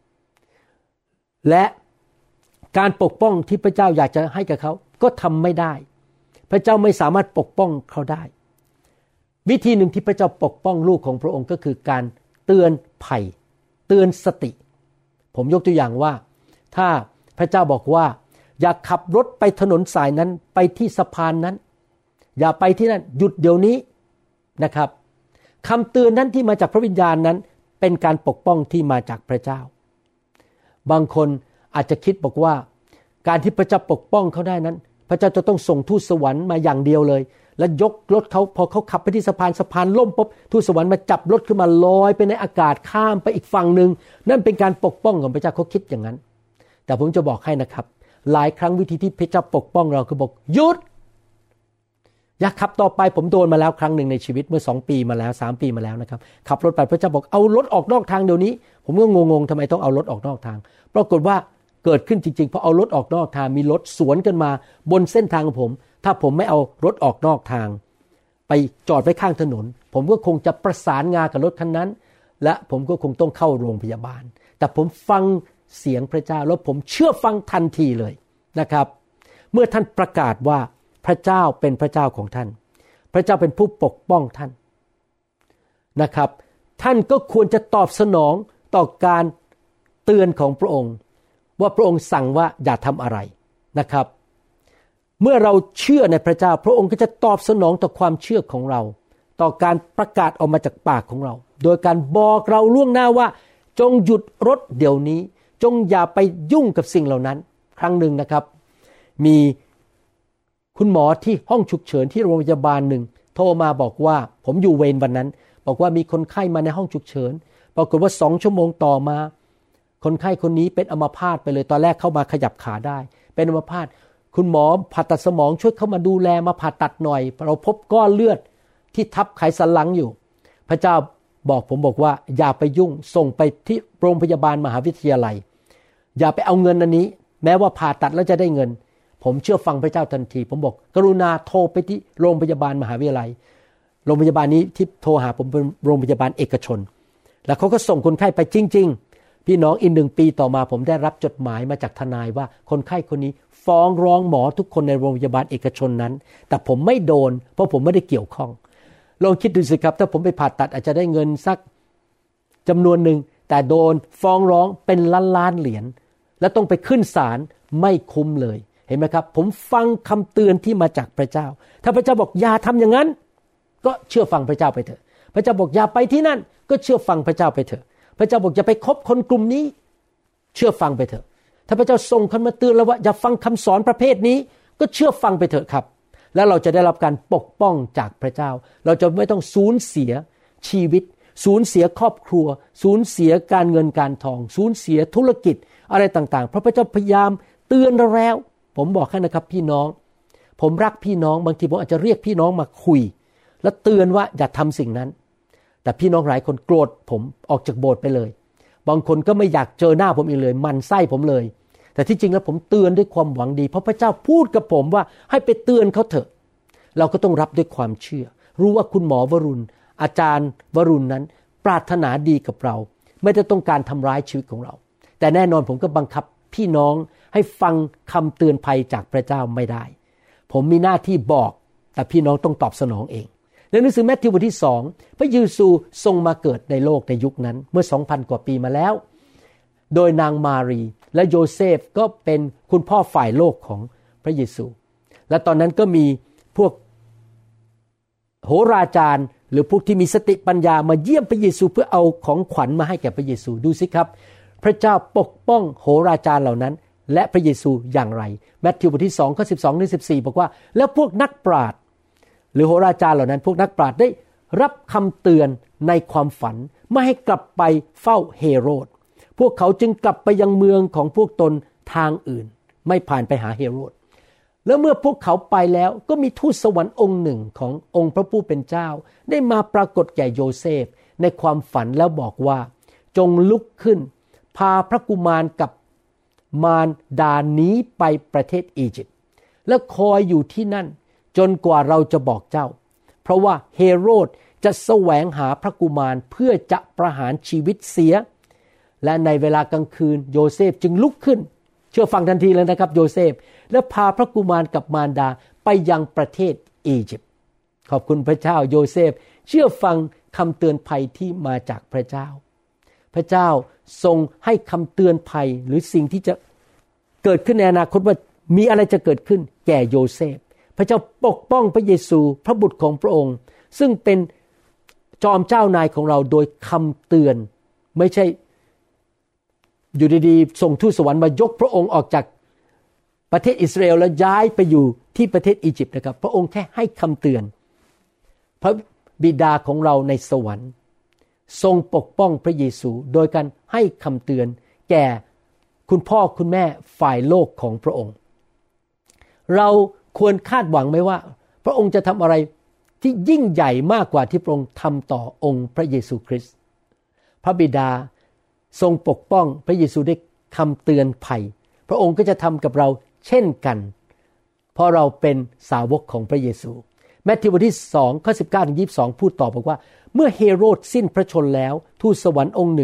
และการปกป้องที่พระเจ้าอยากจะให้กับเขาก็ทำไม่ได้พระเจ้าไม่สามารถปกป้องเขาได้วิธีหนึ่งที่พระเจ้าปกป้องลูกของพระองค์ก็คือการเตือนภัยเตือนสติผมยกตัวอย่างว่าถ้าพระเจ้าบอกว่าอย่าขับรถไปถนนสายนั้นไปที่สะพานนั้นอย่าไปที่นั่นหยุดเดี๋ยวนี้นะครับคำเตือนนั้นที่มาจากพระวิญญาณนั้นเป็นการปกป้องที่มาจากพระเจ้าบางคนอาจจะคิดบอกว่าการที่พระเจ้าปกป้องเขาได้นั้นพระเจ้าจะต้องส่งทูตสวรรค์มาอย่างเดียวเลยและยกรถเขาพอเขาขับไปที่สะพานล่มปุ๊บทูตสวรรค์มาจับรถขึ้นมาลอยไปในอากาศข้ามไปอีกฝั่งนึงนั่นเป็นการปกป้องของพระเจ้าเขาคิดอย่างนั้นแต่ผมจะบอกให้นะครับหลายครั้งวิธีที่พระเจ้าปกป้องเราคือบอกหยุดอย่าขับต่อไปผมโดนมาแล้วครั้งหนึ่งในชีวิตเมื่อ2 ปีมาแล้ว3 ปีมาแล้วนะครับขับรถไปพระเจ้าบอกเอารถออกนอกทางเดี๋ยวนี้ผมก็งงๆทำไมต้องเอารถออกนอกทางปรากฏว่าเกิดขึ้นจริงๆพอเอารถออกนอกทางมีรถสวนกันมาบนเส้นทางของผมถ้าผมไม่เอารถออกนอกทางไปจอดไว้ข้างถนนผมก็คงจะประสานงานกับรถคันนั้นและผมก็คงต้องเข้าโรงพยาบาลแต่ผมฟังเสียงพระเจ้าแล้วผมเชื่อฟังทันทีเลยนะครับเมื่อท่านประกาศว่าพระเจ้าเป็นพระเจ้าของท่านพระเจ้าเป็นผู้ปกป้องท่านนะครับท่านก็ควรจะตอบสนองต่อการเตือนของพระองค์ว่าพระองค์สั่งว่าอย่าทำอะไรนะครับเมื่อเราเชื่อในพระเจ้าพระองค์ก็จะตอบสนองต่อความเชื่อของเราต่อการประกาศออกมาจากปากของเราโดยการบอกเราล่วงหน้าว่าจงหยุดรถเดี๋ยวนี้จงอย่าไปยุ่งกับสิ่งเหล่านั้นครั้งหนึ่งนะครับมีคุณหมอที่ห้องฉุกเฉินที่โรงพยาบาลหนึ่งโทรมาบอกว่าผมอยู่เวรวันนั้นบอกว่ามีคนไข้มาในห้องฉุกเฉินปรากฏว่า2 ชั่วโมงต่อมาคนไข้คนนี้เป็นอัมพาตไปเลยตอนแรกเข้ามาขยับขาได้เป็นอัมพาตคุณหมอผ่าตัดสมองช่วยเข้ามาดูแลมาผ่าตัดหน่อยเราพบก้อนเลือดที่ทับไขสันหลังอยู่พระเจ้าบอกผมบอกว่าอย่าไปยุ่งส่งไปที่โรงพยาบาลมหาวิทยาลัยอย่าไปเอาเงินอันนี้แม้ว่าผ่าตัดแล้วจะได้เงินผมเชื่อฟังพระเจ้าทันทีผมบอกกรุณาโทรไปที่โรงพยาบาลมหาวิทยาลัยโรงพยาบาลนี้ที่โทรหาผมเป็นโรงพยาบาลเอกชนแล้วเขาก็ส่งคนไข้ไปจริงๆพี่น้องอีก1 ปีต่อมาผมได้รับจดหมายมาจากทนายว่าคนไข้คนนี้ฟ้องร้องหมอทุกคนในโรงพยาบาลเอกชนนั้นแต่ผมไม่โดนเพราะผมไม่ได้เกี่ยวข้องลองคิดดูสิครับถ้าผมไปผ่าตัดอาจจะได้เงินสักจำนวนหนึ่งแต่โดนฟ้องร้องเป็นล้านๆเหรียญและต้องไปขึ้นศาลไม่คุ้มเลยเห็นไหมครับผมฟังคำเตือนที่มาจากพระเจ้าถ้าพระเจ้าบอกอย่าทำอย่างนั้นก็เชื่อฟังพระเจ้าไปเถอะพระเจ้าบอกอย่าไปที่นั่นก็เชื่อฟังพระเจ้าไปเถอะพระเจ้าบอกอย่าไปคบคนกลุ่มนี้เชื่อฟังไปเถอะถ้าพระเจ้าส่งคนมาเตือนเราว่าอย่าฟังคำสอนประเภทนี้ก็เชื่อฟังไปเถอะครับแล้วเราจะได้รับการปกป้องจากพระเจ้าเราจะไม่ต้องสูญเสียชีวิตสูญเสียครอบครัวสูญเสียการเงินการทองสูญเสียธุรกิจอะไรต่างๆเพราะพระเจ้าพยายามเตือนเราแล้วผมบอกให้นะครับพี่น้องผมรักพี่น้องบางทีผมอาจจะเรียกพี่น้องมาคุยและเตือนว่าอย่าทำสิ่งนั้นแต่พี่น้องหลายคนโกรธผมออกจากโบสถ์ไปเลยบางคนก็ไม่อยากเจอหน้าผมอีกเลยมันไส้ผมเลยแต่ที่จริงแล้วผมเตือนด้วยความหวังดีเพราะพระเจ้าพูดกับผมว่าให้ไปเตือนเขาเถอะเราก็ต้องรับด้วยความเชื่อรู้ว่าคุณหมอวรุณอาจารย์วรุณนั้นปรารถนาดีกับเราไม่ได้ต้องการทำร้ายชีวิตของเราแต่แน่นอนผมก็บังคับพี่น้องให้ฟังคำเตือนภัยจากพระเจ้าไม่ได้ผมมีหน้าที่บอกแต่พี่น้องต้องตอบสนองเองในหนังสือมัทธิวบทที่2พระเยซูทรงมาเกิดในโลกในยุคนั้นเมื่อ 2,000 กว่าปีมาแล้วโดยนางมารีและโยเซฟก็เป็นคุณพ่อฝ่ายโลกของพระเยซูและตอนนั้นก็มีพวกโหราจารย์หรือพวกที่มีสติปัญญามาเยี่ยมพระเยซูเพื่อเอาของขวัญมาให้แก่พระเยซูดูสิครับพระเจ้าปกป้องโหราจารย์เหล่านั้นและพระเยซูอย่างไรมัทธิวบทที่2ข้อ12ถึง14บอกว่าแล้วพวกนักปราชญ์หรือโหราจารย์เหล่านั้นพวกนักปราชญ์ได้รับคำเตือนในความฝันไม่ให้กลับไปเฝ้าเฮโรดพวกเขาจึงกลับไปยังเมืองของพวกตนทางอื่นไม่ผ่านไปหาเฮโรดแล้วเมื่อพวกเขาไปแล้วก็มีทูตสวรรค์องค์หนึ่งขององค์พระผู้เป็นเจ้าได้มาปรากฏแก่โยเซฟในความฝันแล้วบอกว่าจงลุกขึ้นพาพระกุมารกับมารดาหนีไปประเทศอียิปต์และคอยอยู่ที่นั่นจนกว่าเราจะบอกเจ้าเพราะว่าเฮโรดจะแสวงหาพระกุมารเพื่อจะประหารชีวิตเสียและในเวลากลางคืนโยเซฟจึงลุกขึ้นเชื่อฟังทันทีเลยนะครับโยเซฟและพาพระกุมารกับมารดาไปยังประเทศอียิปต์ขอบคุณพระเจ้าโยเซฟเชื่อฟังคำเตือนภัยที่มาจากพระเจ้าพระเจ้าทรงให้คำเตือนภัยหรือสิ่งที่จะเกิดขึ้นในอนาคตว่ามีอะไรจะเกิดขึ้นแก่โยเซฟพระเจ้าปกป้องพระเยซูพระบุตรของพระองค์ซึ่งเป็นจอมเจ้านายของเราโดยคำเตือนไม่ใช่อยู่ดีๆส่งทูตสวรรค์มายกพระองค์ออกจากประเทศอิสราเอลแล้วย้ายไปอยู่ที่ประเทศอียิปต์นะครับพระองค์แค่ให้คำเตือนพระบิดาของเราในสวรรค์ทรงปกป้องพระเยซูโดยการให้คำเตือนแก่คุณพ่อคุณแม่ฝ่ายโลกของพระองค์เราควรคาดหวังไหมว่าพระองค์จะทำอะไรที่ยิ่งใหญ่มากกว่าที่พระองค์ทำต่อองค์พระเยซูคริสต์พระบิดาทรงปกป้องพระเยซูด้วยคำเตือนภัยพระองค์ก็จะทำกับเราเช่นกันเพราะเราเป็นสาวกของพระเยซูมัทธิวบทที่2ข้อ19ถึง22พูดต่อบอกว่าเมื่อเฮโรดสิ้นพระชนม์แล้วทูตสวรรค์องค์หนึ่ง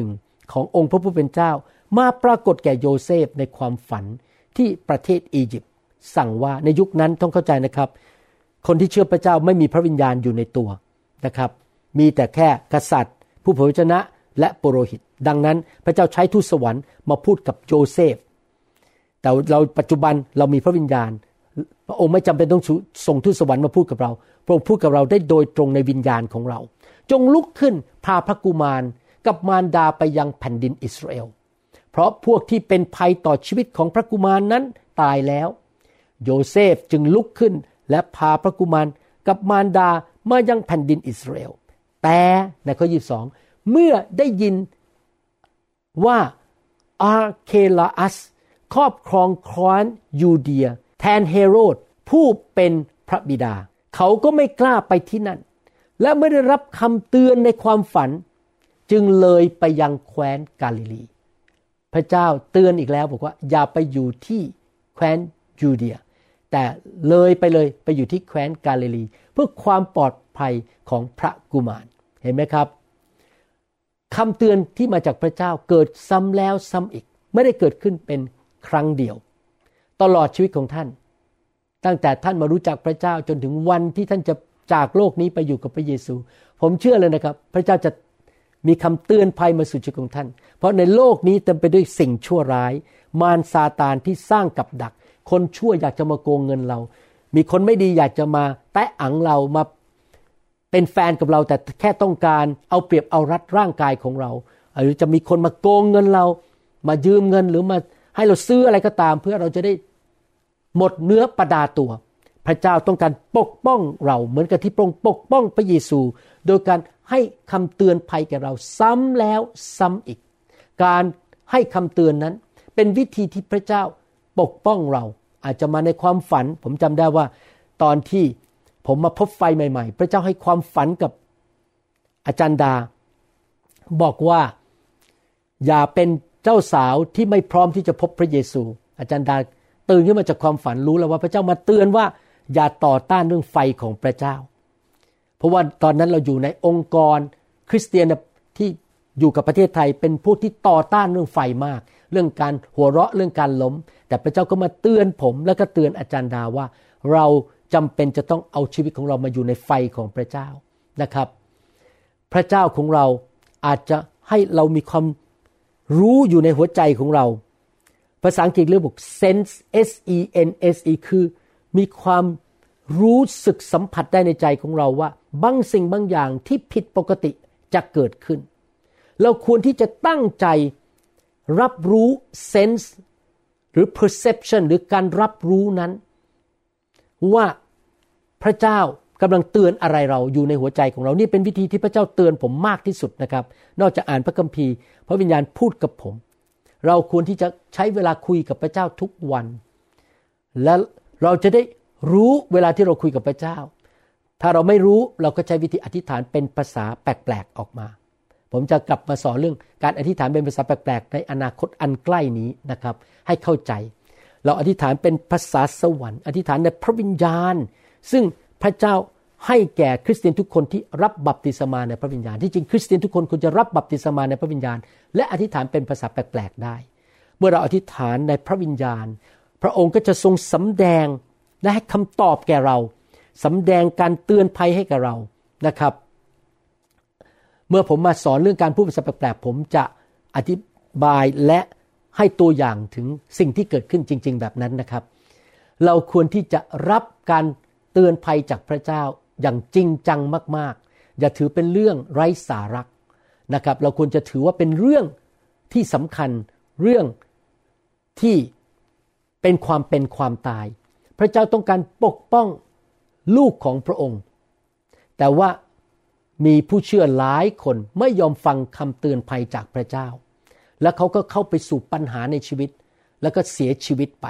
ขององค์พระผู้เป็นเจ้ามาปรากฏแก่โยเซฟในความฝันที่ประเทศอียิปต์สั่งว่าในยุคนั้นต้องเข้าใจนะครับคนที่เชื่อพระเจ้าไม่มีพระวิญญาณอยู่ในตัวนะครับมีแต่แค่กษัตริย์ผู้เผยพระชนะและปุโรหิตดังนั้นพระเจ้าใช้ทูตสวรรค์มาพูดกับโยเซฟแต่เราปัจจุบันเรามีพระวิญญาณพระองค์ไม่จำเป็นต้องส่งทูตสวรรค์มาพูดกับเราพระองค์พูดกับเราได้โดยตรงในวิญญาณของเราจงลุกขึ้นพาพระกุมารกับมารดาไปยังแผ่นดินอิสราเอลเพราะพวกที่เป็นภัยต่อชีวิตของพระกุมารนั้นตายแล้วโยเซฟจึงลุกขึ้นและพาพระกุมารกับมารดามายังแผ่นดินอิสราเอลแต่ในข้อ22เมื่อได้ยินว่าอาร์เคลาอัสครอบครองแคว้นยูเดียแทนเฮโรดผู้เป็นพระบิดาเขาก็ไม่กล้าไปที่นั่นและไม่ได้รับคำเตือนในความฝันจึงเลยไปยังแคว้นกาลิลีพระเจ้าเตือนอีกแล้วบอกว่าอย่าไปอยู่ที่แคว้นยูเดียแต่เลยไปอยู่ที่แคว้นกาลิลีเพื่อความปลอดภัยของพระกุมารเห็นไหมครับคำเตือนที่มาจากพระเจ้าเกิดซ้ำแล้วซ้ำอีกไม่ได้เกิดขึ้นเป็นครั้งเดียวตลอดชีวิตของท่านตั้งแต่ท่านมารู้จักพระเจ้าจนถึงวันที่ท่านจะจากโลกนี้ไปอยู่กับพระเยซูผมเชื่อเลยนะครับพระเจ้าจะมีคำเตือนภัยมาสู่ชีวิตของท่านเพราะในโลกนี้เต็มไปด้วยสิ่งชั่วร้ายมารซาตานที่สร้างกับดักคนชั่วอยากจะมาโกงเงินเรามีคนไม่ดีอยากจะมาแตะอังเรามาเป็นแฟนกับเราแต่แค่ต้องการเอาเปรียบเอารัดร่างกายของเราหรือจะมีคนมาโกงเงินเรามายืมเงินหรือมาให้เราซื้ออะไรก็ตามเพื่อเราจะได้หมดเนื้อประดาตัวพระเจ้าต้องการปกป้องเราเหมือนกับที่พระองค์ปกป้องพระเยซูโดยการให้คำเตือนภัยแก่เราซ้ำแล้วซ้ำอีกการให้คำเตือนนั้นเป็นวิธีที่พระเจ้าปกป้องเราอาจจะมาในความฝันผมจำได้ว่าตอนที่ผมมาพบไฟใหม่ๆพระเจ้าให้ความฝันกับอาจารย์ดาบอกว่าอย่าเป็นเจ้าสาวที่ไม่พร้อมที่จะพบพระเยซูอาจารย์ดาตื่นขึ้นมาจากความฝันรู้แล้วว่าพระเจ้ามาเตือนว่าอย่าต่อต้านเรื่องไฟของพระเจ้าเพราะว่าตอนนั้นเราอยู่ในองค์กรคริสเตียนที่อยู่กับประเทศไทยเป็นพวกที่ต่อต้านเรื่องไฟมากเรื่องการหัวเราะเรื่องการล้มแต่พระเจ้าก็มาเตือนผมแล้วก็เตือนอาจารย์ดาว่าเราจำเป็นจะต้องเอาชีวิตของเรามาอยู่ในไฟของพระเจ้านะครับพระเจ้าของเราอาจจะให้เรามีความรู้อยู่ในหัวใจของเราภาษาอังกฤษเรียกว่า sense S-E-N-S-E คือมีความรู้สึกสัมผัสได้ในใจของเราว่าบางสิ่งบางอย่างที่ผิดปกติจะเกิดขึ้นเราควรที่จะตั้งใจรับรู้ sense หรือ perception หรือการรับรู้นั้นว่าพระเจ้ากำลังเตือนอะไรเราอยู่ในหัวใจของเรานี่เป็นวิธีที่พระเจ้าเตือนผมมากที่สุดนะครับนอกจากอ่านพระคัมภีร์พระวิญญาณพูดกับผมเราควรที่จะใช้เวลาคุยกับพระเจ้าทุกวันและเราจะได้รู้เวลาที่เราคุยกับพระเจ้าถ้าเราไม่รู้เราก็ใช้วิธีอธิษฐานเป็นภาษาแปลกๆออกมาผมจะกลับมาสอนเรื่องการอธิษฐานเป็นภาษาแปลกๆในอนาคตอันใกล้นี้นะครับให้เข้าใจเราอธิษฐานเป็นภาษาสวรรค์อธิษฐานในพระวิญญาณซึ่งพระเจ้าให้แก่คริสเตียนทุกคนที่รับบัพติศมาในพระวิญญาณที่จริงคริสเตียนทุกคนควรจะรับบัพติศมาในพระวิญญาณและอธิษฐานเป็นภาษาแปลกๆได้เมื่อเราอธิษฐานในพระวิญญาณพระองค์ก็จะทรงสำแดงและให้คำตอบแก่เราสำแดงการเตือนภัยให้แก่เรานะครับเมื่อผมมาสอนเรื่องการพูดภาษาแปลกๆผมจะอธิบายและให้ตัวอย่างถึงสิ่งที่เกิดขึ้นจริงๆแบบนั้นนะครับเราควรที่จะรับการเตือนภัยจากพระเจ้าอย่างจริงจังมากๆอย่าถือเป็นเรื่องไร้สาระนะครับเราควรจะถือว่าเป็นเรื่องที่สำคัญเรื่องที่เป็นความตายพระเจ้าต้องการปกป้องลูกของพระองค์แต่ว่ามีผู้เชื่อหลายคนไม่ยอมฟังคำเตือนภัยจากพระเจ้าและเขาก็เข้าไปสู่ปัญหาในชีวิตแล้วก็เสียชีวิตไป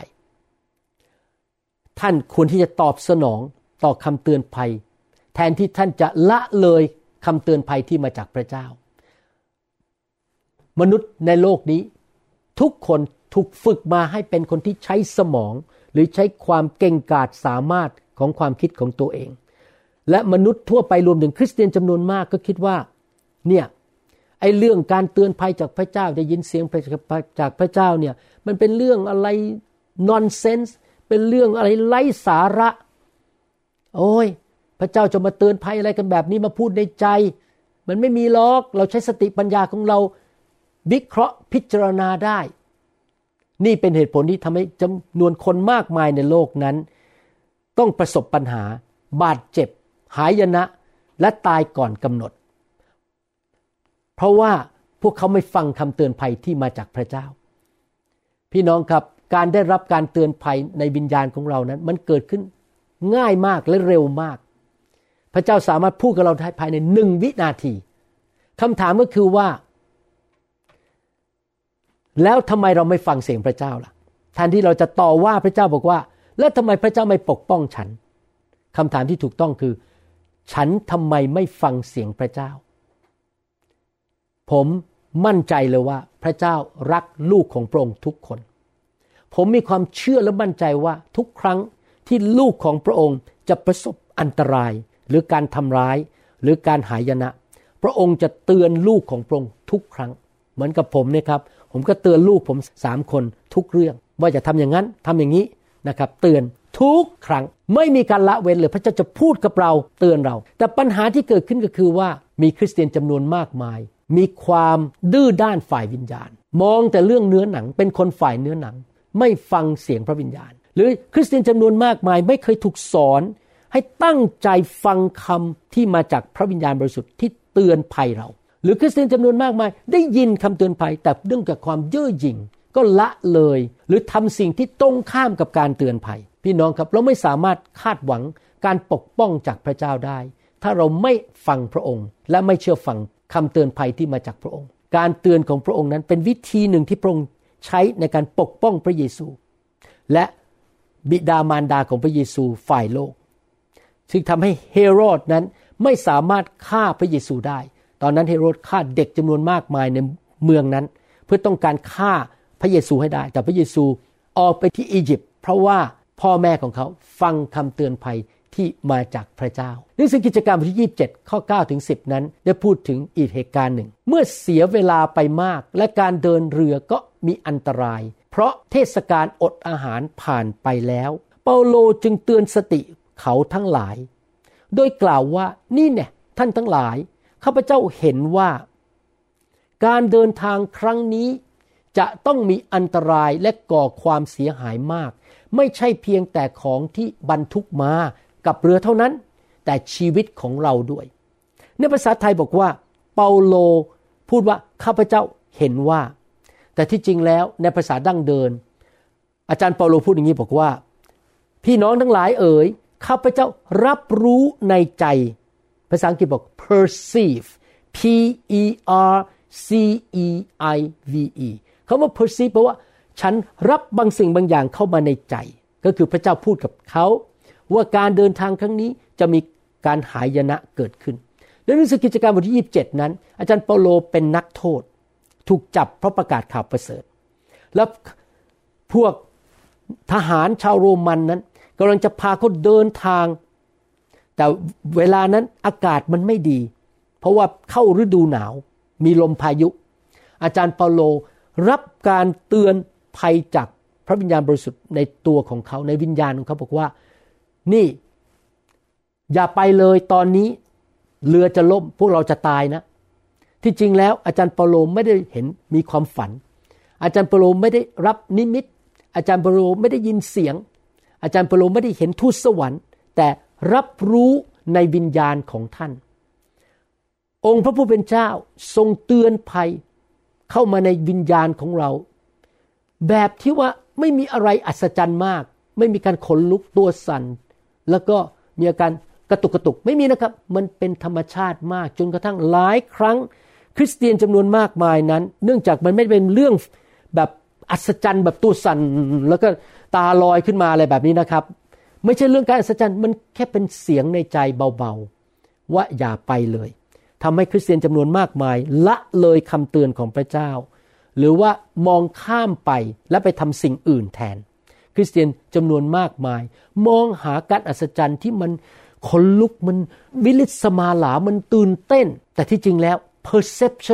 ท่านควรที่จะตอบสนองต่อคำเตือนภัยแทนที่ท่านจะละเลยคำเตือนภัยที่มาจากพระเจ้ามนุษย์ในโลกนี้ทุกคนถูกฝึกมาให้เป็นคนที่ใช้สมองหรือใช้ความเก่งกาจสามารถของความคิดของตัวเองและมนุษย์ทั่วไปรวมถึงคริสเตียนจำนวนมากก็คิดว่าเนี่ยไอ้เรื่องการเตือนภัยจากพระเจ้าได้ยินเสียงจากพระเจ้าเนี่ยมันเป็นเรื่องอะไรนอนเซนส์เป็นเรื่องอะไรไร้สาระโอ้ยพระเจ้าจะมาเตือนภัยอะไรกันแบบนี้มาพูดในใจมันไม่มีหรอกเราใช้สติปัญญาของเราวิเคราะห์พิจารณาได้นี่เป็นเหตุผลที่ทำให้จำนวนคนมากมายในโลกนั้นต้องประสบปัญหาบาดเจ็บหายนะและตายก่อนกำหนดเพราะว่าพวกเขาไม่ฟังคำเตือนภัยที่มาจากพระเจ้าพี่น้องครับการได้รับการเตือนภัยในวิญญาณของเรานั้นมันเกิดขึ้นง่ายมากและเร็วมากพระเจ้าสามารถพูดกับเราได้ภายใน1 วินาทีคำถามก็คือว่าแล้วทำไมเราไม่ฟังเสียงพระเจ้าล่ะแทนที่เราจะต่อว่าพระเจ้าบอกว่าแล้วทำไมพระเจ้าไม่ปกป้องฉันคำถามที่ถูกต้องคือฉันทำไมไม่ฟังเสียงพระเจ้าผมมั่นใจเลยว่าพระเจ้ารักลูกของพระองค์ทุกคนผมมีความเชื่อและมั่นใจว่าทุกครั้งที่ลูกของพระองค์จะประสบอันตรายหรือการทำร้ายหรือการหายนะพระองค์จะเตือนลูกของพระองค์ทุกครั้งเหมือนกับผมนะครับผมก็เตือนลูกผม3 คนทุกเรื่องว่าจะทำอย่างนั้นทำอย่างนี้นะครับเตือนทุกครั้งไม่มีการละเว้นเลยพระเจ้าจะพูดกับเราเตือนเราแต่ปัญหาที่เกิดขึ้นก็คือว่ามีคริสเตียนจำนวนมากมายมีความดื้อด้านฝ่ายวิญญาณมองแต่เรื่องเนื้อหนังเป็นคนฝ่ายเนื้อหนังไม่ฟังเสียงพระวิญญาณหรือคริสเตียนจำนวนมากมายไม่เคยถูกสอนให้ตั้งใจฟังคำที่มาจากพระวิญญาณบริสุทธิ์ที่เตือนภัยเราหรือคริสเตียนจำนวนมากมายได้ยินคำเตือนภัยแต่เนื่องจากความเย่อหยิ่งก็ละเลยหรือทำสิ่งที่ตรงข้ามกับการเตือนภัยพี่น้องครับเราไม่สามารถคาดหวังการปกป้องจากพระเจ้าได้ถ้าเราไม่ฟังพระองค์และไม่เชื่อฟังคำเตือนภัยที่มาจากพระองค์การเตือนของพระองค์นั้นเป็นวิธีหนึ่งที่พระองค์ใช้ในการปกป้องพระเยซูและบิดามารดาของพระเยซูฝ่ายโลกซึ่งทำให้เฮโรดนั้นไม่สามารถฆ่าพระเยซูได้ตอนนั้นเฮโรดฆ่าเด็กจำนวนมากมายในเมืองนั้นเพื่อต้องการฆ่าพระเยซูให้ได้แต่พระเยซูออกไปที่อียิปต์เพราะว่าพ่อแม่ของเขาฟังคำเตือนภัยที่มาจากพระเจ้าหนังสือกิจการบทที่27ข้อ9ถึง10นั้นได้พูดถึงอีกเหตุการณ์หนึ่งเมื่อเสียเวลาไปมากและการเดินเรือก็มีอันตรายเพราะเทศกาลอดอาหารผ่านไปแล้วเปาโลจึงเตือนสติเขาทั้งหลายโดยกล่าวว่านี่เนี่ยท่านทั้งหลายข้าพเจ้าเห็นว่าการเดินทางครั้งนี้จะต้องมีอันตรายและก่อความเสียหายมากไม่ใช่เพียงแต่ของที่บรรทุกมากับเรือเท่านั้นแต่ชีวิตของเราด้วยในภาษาไทยบอกว่าเปาโลพูดว่าข้าพเจ้าเห็นว่าแต่ที่จริงแล้วในภาษาดั้งเดิมอาจารย์เปาโลพูดอย่างนี้บอกว่าพี่น้องทั้งหลายเอ๋ยข้าพเจ้ารับรู้ในใจภาษาอังกฤษบอก perceive p e r c e i v e คำว่า perceive แปลว่าฉันรับบางสิ่งบางอย่างเข้ามาในใจก็คือพระเจ้าพูดกับเขาว่าการเดินทางครั้งนี้จะมีการหายนะเกิดขึ้นในหนังสือกิจการบทที่27นั้นอาจารย์เปาโลเป็นนักโทษถูกจับเพราะประกาศข่าวประเสริฐแล้วพวกทหารชาวโรมันนั้นกำลังจะพาเขาเดินทางแต่เวลานั้นอากาศมันไม่ดีเพราะว่าเข้าฤดูหนาวมีลมพายุอาจารย์เปาโลรับการเตือนภัยจากพระวิญญาณบริสุทธิ์ในตัวของเขาในวิญญาณของเขาบอกว่านี่อย่าไปเลยตอนนี้เรือจะล่มพวกเราจะตายนะที่จริงแล้วอาจารย์เปาโลไม่ได้เห็นมีความฝันอาจารย์เปาโลไม่ได้รับนิมิตอาจารย์เปาโลไม่ได้ยินเสียงอาจารย์เปาโลไม่ได้เห็นทูตสวรรค์แต่รับรู้ในวิญญาณของท่านองค์พระผู้เป็นเจ้าทรงเตือนภัยเข้ามาในวิญญาณของเราแบบที่ว่าไม่มีอะไรอัศจรรย์มากไม่มีการขนลุกตัวสั่นแล้วก็มีอาการกระตุกไม่มีนะครับมันเป็นธรรมชาติมากจนกระทั่งหลายครั้งคริสเตียนจำนวนมากมายนั้นเนื่องจากมันไม่เป็นเรื่องแบบอัศจรรย์แบบตัวสั่นแล้วก็ตาลอยขึ้นมาอะไรแบบนี้นะครับไม่ใช่เรื่องการอัศจรรย์มันแค่เป็นเสียงในใจเบาๆว่าอย่าไปเลยทำให้คริสเตียนจำนวนมากมายละเลยคำเตือนของพระเจ้าหรือว่ามองข้ามไปและไปทำสิ่งอื่นแทนคริสเตียนจำนวนมากมายมองหาการอัศจรรย์ที่มันขนลุกมันวิลิสมาหลามันตื่นเต้นแต่ที่จริงแล้ว perception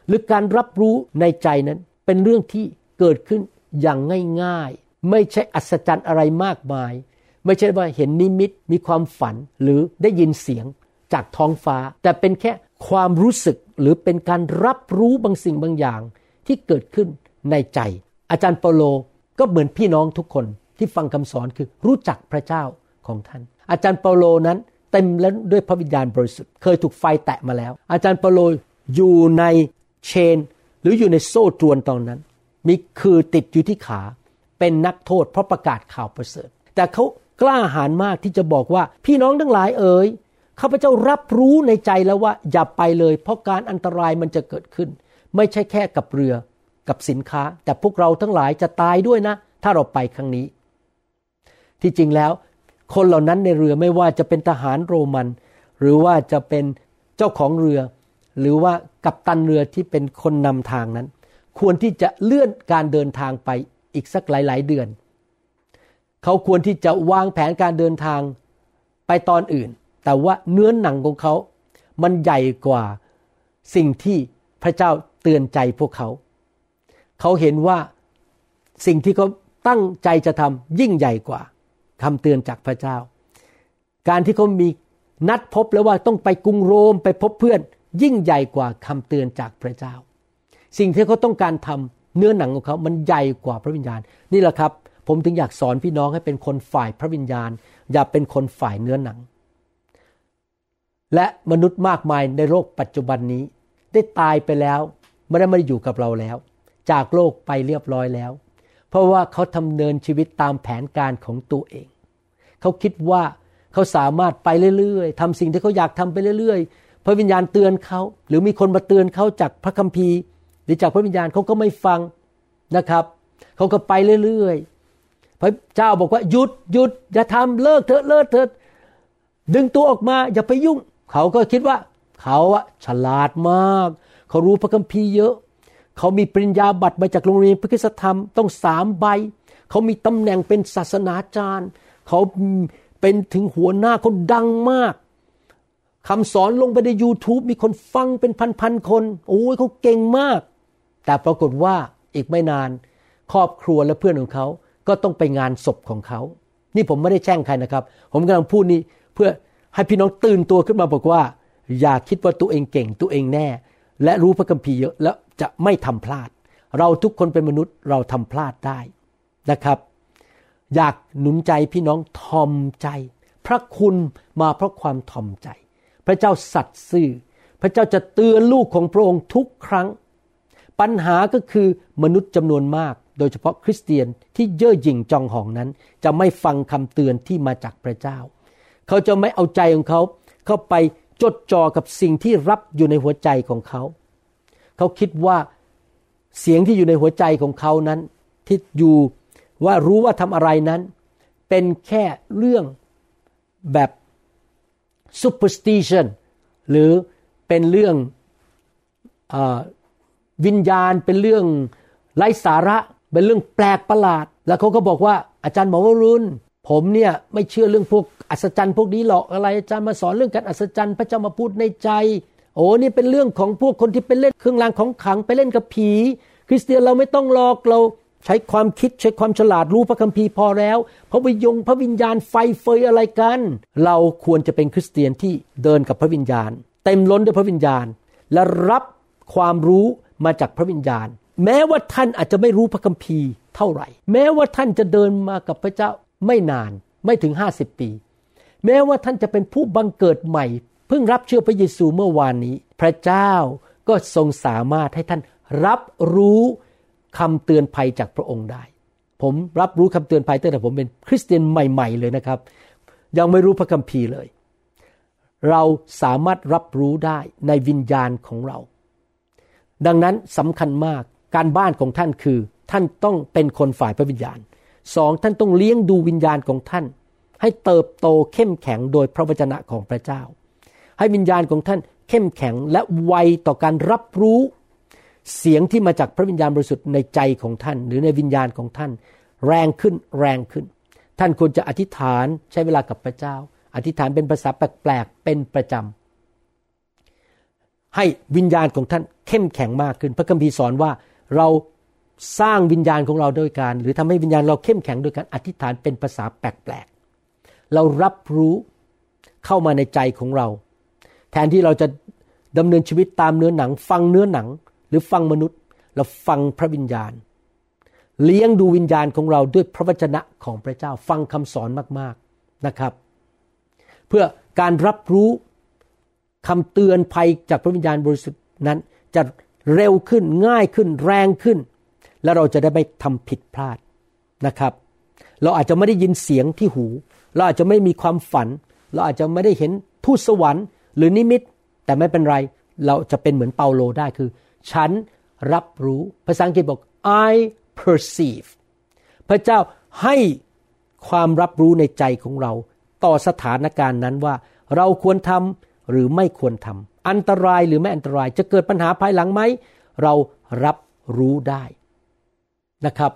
หรือการรับรู้ในใจนั้นเป็นเรื่องที่เกิดขึ้นอย่างง่ายๆไม่ใช่อัศจรรย์อะไรมากมายไม่ใช่ว่าเห็นนิมิตมีความฝันหรือได้ยินเสียงจากท้องฟ้าแต่เป็นแค่ความรู้สึกหรือเป็นการรับรู้บางสิ่งบางอย่างที่เกิดขึ้นในใจอาจารย์เปาโลก็เหมือนพี่น้องทุกคนที่ฟังคำสอนคือรู้จักพระเจ้าของท่านอาจารย์เปาโลนั้นเต็มแล้วด้วยพระวิญญาณบริสุทธิ์เคยถูกไฟแตะมาแล้วอาจารย์เปาโลอยู่ในเชนหรืออยู่ในโซ่ตรวนตอนนั้นมีคือติดอยู่ที่ขาเป็นนักโทษเพราะประกาศข่าวประเสริฐแต่เขากล้าหาญมากที่จะบอกว่าพี่น้องทั้งหลายเอ๋ยข้าพเจ้ารับรู้ในใจแล้วว่าอย่าไปเลยเพราะการอันตรายมันจะเกิดขึ้นไม่ใช่แค่กับเรือกับสินค้าแต่พวกเราทั้งหลายจะตายด้วยนะถ้าเราไปครั้งนี้ที่จริงแล้วคนเหล่านั้นในเรือไม่ว่าจะเป็นทหารโรมันหรือว่าจะเป็นเจ้าของเรือหรือว่ากัปตันเรือที่เป็นคนนำทางนั้นควรที่จะเลื่อนการเดินทางไปอีกสักหลายๆเดือนเขาควรที่จะวางแผนการเดินทางไปตอนอื่นแต่ว่าเนื้อหนังของเขามันใหญ่กว่าสิ่งที่พระเจ้าเตือนใจพวกเขาเขาเห็นว่าสิ่งที่เขาตั้งใจจะทำยิ่งใหญ่กว่าคำเตือนจากพระเจ้าการที่เขามีนัดพบแล้วว่าต้องไปกรุงโรมไปพบเพื่อนยิ่งใหญ่กว่าคำเตือนจากพระเจ้าสิ่งที่เขาต้องการทำเนื้อหนังของเขามันใหญ่กว่าพระวิญญาณนี่แหละครับผมถึงอยากสอนพี่น้องให้เป็นคนฝ่ายพระวิญญาณอย่าเป็นคนฝ่ายเนื้อหนังและมนุษย์มากมายในโลกปัจจุบันนี้ได้ตายไปแล้วไม่ได้อยู่กับเราแล้วจากโลกไปเรียบร้อยแล้วเพราะว่าเขาดำเนินชีวิตตามแผนการของตัวเองเขาคิดว่าเขาสามารถไปเรื่อยๆทำสิ่งที่เขาอยากทำไปเรื่อยๆพระวิญญาณเตือนเขาหรือมีคนมาเตือนเขาจากพระคัมภีร์หรือจากพระวิญญาณเขาก็ไม่ฟังนะครับเขาก็ไปเรื่อยๆพระเจ้าบอกว่าหยุดอย่าทำเลิกเถอะดึงตัวออกมาอย่าไปยุ่งเขาก็คิดว่าเขาฉลาดมากเขารู้พระคัมภีร์เยอะเขามีปริญญาบัตรมาจากโรงเรียนพระคริสตธรรมต้อง3 ใบเขามีตำแหน่งเป็นศาสนาจารย์เขาเป็นถึงหัวหน้าเขาดังมากคำสอนลงไปใน YouTube มีคนฟังเป็นพันๆคนโอ้ยเขาเก่งมากแต่ปรากฏว่าอีกไม่นานครอบครัวและเพื่อนของเขาก็ต้องไปงานศพของเขานี่ผมไม่ได้แช่งใครนะครับผมกำลังพูดนี้เพื่อให้พี่น้องตื่นตัวขึ้นมาบอกว่าอย่าคิดว่าตัวเองเก่งตัวเองแน่และรู้พระคัมภีร์เยอะแล้วจะไม่ทำพลาดเราทุกคนเป็นมนุษย์เราทำพลาดได้นะครับอยากหนุนใจพี่น้องทอมใจพระคุณมาเพราะความทอมใจพระเจ้าสัตย์ซื่อพระเจ้าจะเตือนลูกของพระองค์ทุกครั้งปัญหาก็คือมนุษย์จำนวนมากโดยเฉพาะคริสเตียนที่เย่อหยิ่งจองหองนั้นจะไม่ฟังคำเตือนที่มาจากพระเจ้าเขาจะไม่เอาใจของเขาเข้าไปจดจ่อกับสิ่งที่รับอยู่ในหัวใจของเขาเขาคิดว่าเสียงที่อยู่ในหัวใจของเขานั้นที่อยู่ว่ารู้ว่าทำอะไรนั้นเป็นแค่เรื่องแบบ superstition หรือเป็นเรื่องวิญญาณเป็นเรื่องไร้สาระเป็นเรื่องแปลกประหลาดแล้วเขาก็บอกว่าอาจารย์หมอวรุณผมเนี่ยไม่เชื่อเรื่องพวกอัศจรรย์พวกนี้หรอกอะไรอาจารย์มาสอนเรื่องการอัศจรรย์พระเจ้ามาพูดในใจโอ้นี่เป็นเรื่องของพวกคนที่ไปเล่นเครื่องรางของขลังไปเล่นกับผีคริสเตียนเราไม่ต้องหรอกเราใช้ความคิดใช้ความฉลาดรู้พระคัมภีร์พอแล้วพระวิญญาณไฟเฟยอะไรกันเราควรจะเป็นคริสเตียนที่เดินกับพระวิญญาณเต็มล้นด้วยพระวิญญาณและรับความรู้มาจากพระวิญญาณแม้ว่าท่านอาจจะไม่รู้พระคัมภีร์เท่าไหร่แม้ว่าท่านจะเดินมากับพระเจ้าไม่นานไม่ถึง50 ปีแม้ว่าท่านจะเป็นผู้บังเกิดใหม่เพิ่งรับเชื่อพระเยซูเมื่อวานนี้พระเจ้าก็ทรงสามารถให้ท่านรับรู้คำเตือนภัยจากพระองค์ได้ผมรับรู้คำเตือนภัยตั้งแต่ผมเป็นคริสเตียนใหม่ๆเลยนะครับยังไม่รู้พระคัมภีร์เลยเราสามารถรับรู้ได้ในวิญญาณของเราดังนั้นสำคัญมากการบ้านของท่านคือท่านต้องเป็นคนฝ่ายพระวิญญาณ2ท่านต้องเลี้ยงดูวิญญาณของท่านให้เติบโตเข้มแข็งโดยพระวจนะของพระเจ้าให้วิญญาณของท่านเข้มแข็งและไวต่อการรับรู้เสียงที่มาจากพระวิญญาณบริสุทธิ์ในใจของท่านหรือในวิญญาณของท่านแรงขึ้นท่านควรจะอธิษฐานใช้เวลากับพระเจ้าอธิษฐานเป็นภาษาแปลกๆเป็นประจำให้วิญญาณของท่านเข้มแข็งมากขึ้นพระคัมภีร์สอนว่าเราสร้างวิญญาณของเราโดยการหรือทำให้วิญญาณเราเข้มแข็งโดยการอธิษฐานเป็นภาษาแปลกๆเรารับรู้เข้ามาในใจของเราแทนที่เราจะดำเนินชีวิตตามเนื้อหนังฟังเนื้อหนังหรือฟังมนุษย์เราฟังพระวิญญาณเลี้ยงดูวิญญาณของเราด้วยพระวจนะของพระเจ้าฟังคำสอนมากๆนะครับเพื่อการรับรู้คำเตือนภัยจากพระวิญญาณบริสุทธิ์นั้นจะเร็วขึ้นง่ายขึ้นแรงขึ้นและเราจะได้ไม่ทำผิดพลาดนะครับเราอาจจะไม่ได้ยินเสียงที่หูเราอาจจะไม่มีความฝันเราอาจจะไม่ได้เห็นทูตสวรรค์หรือนิมิตแต่ไม่เป็นไรเราจะเป็นเหมือนเปาโลได้คือฉันรับรู้ภาษาอังกฤษบอก I perceive พระเจ้าให้ความรับรู้ในใจของเราต่อสถานการณ์นั้นว่าเราควรทำหรือไม่ควรทำอันตรายหรือไม่อันตรายจะเกิดปัญหาภายหลังไหมเรารับรู้ได้นะครับ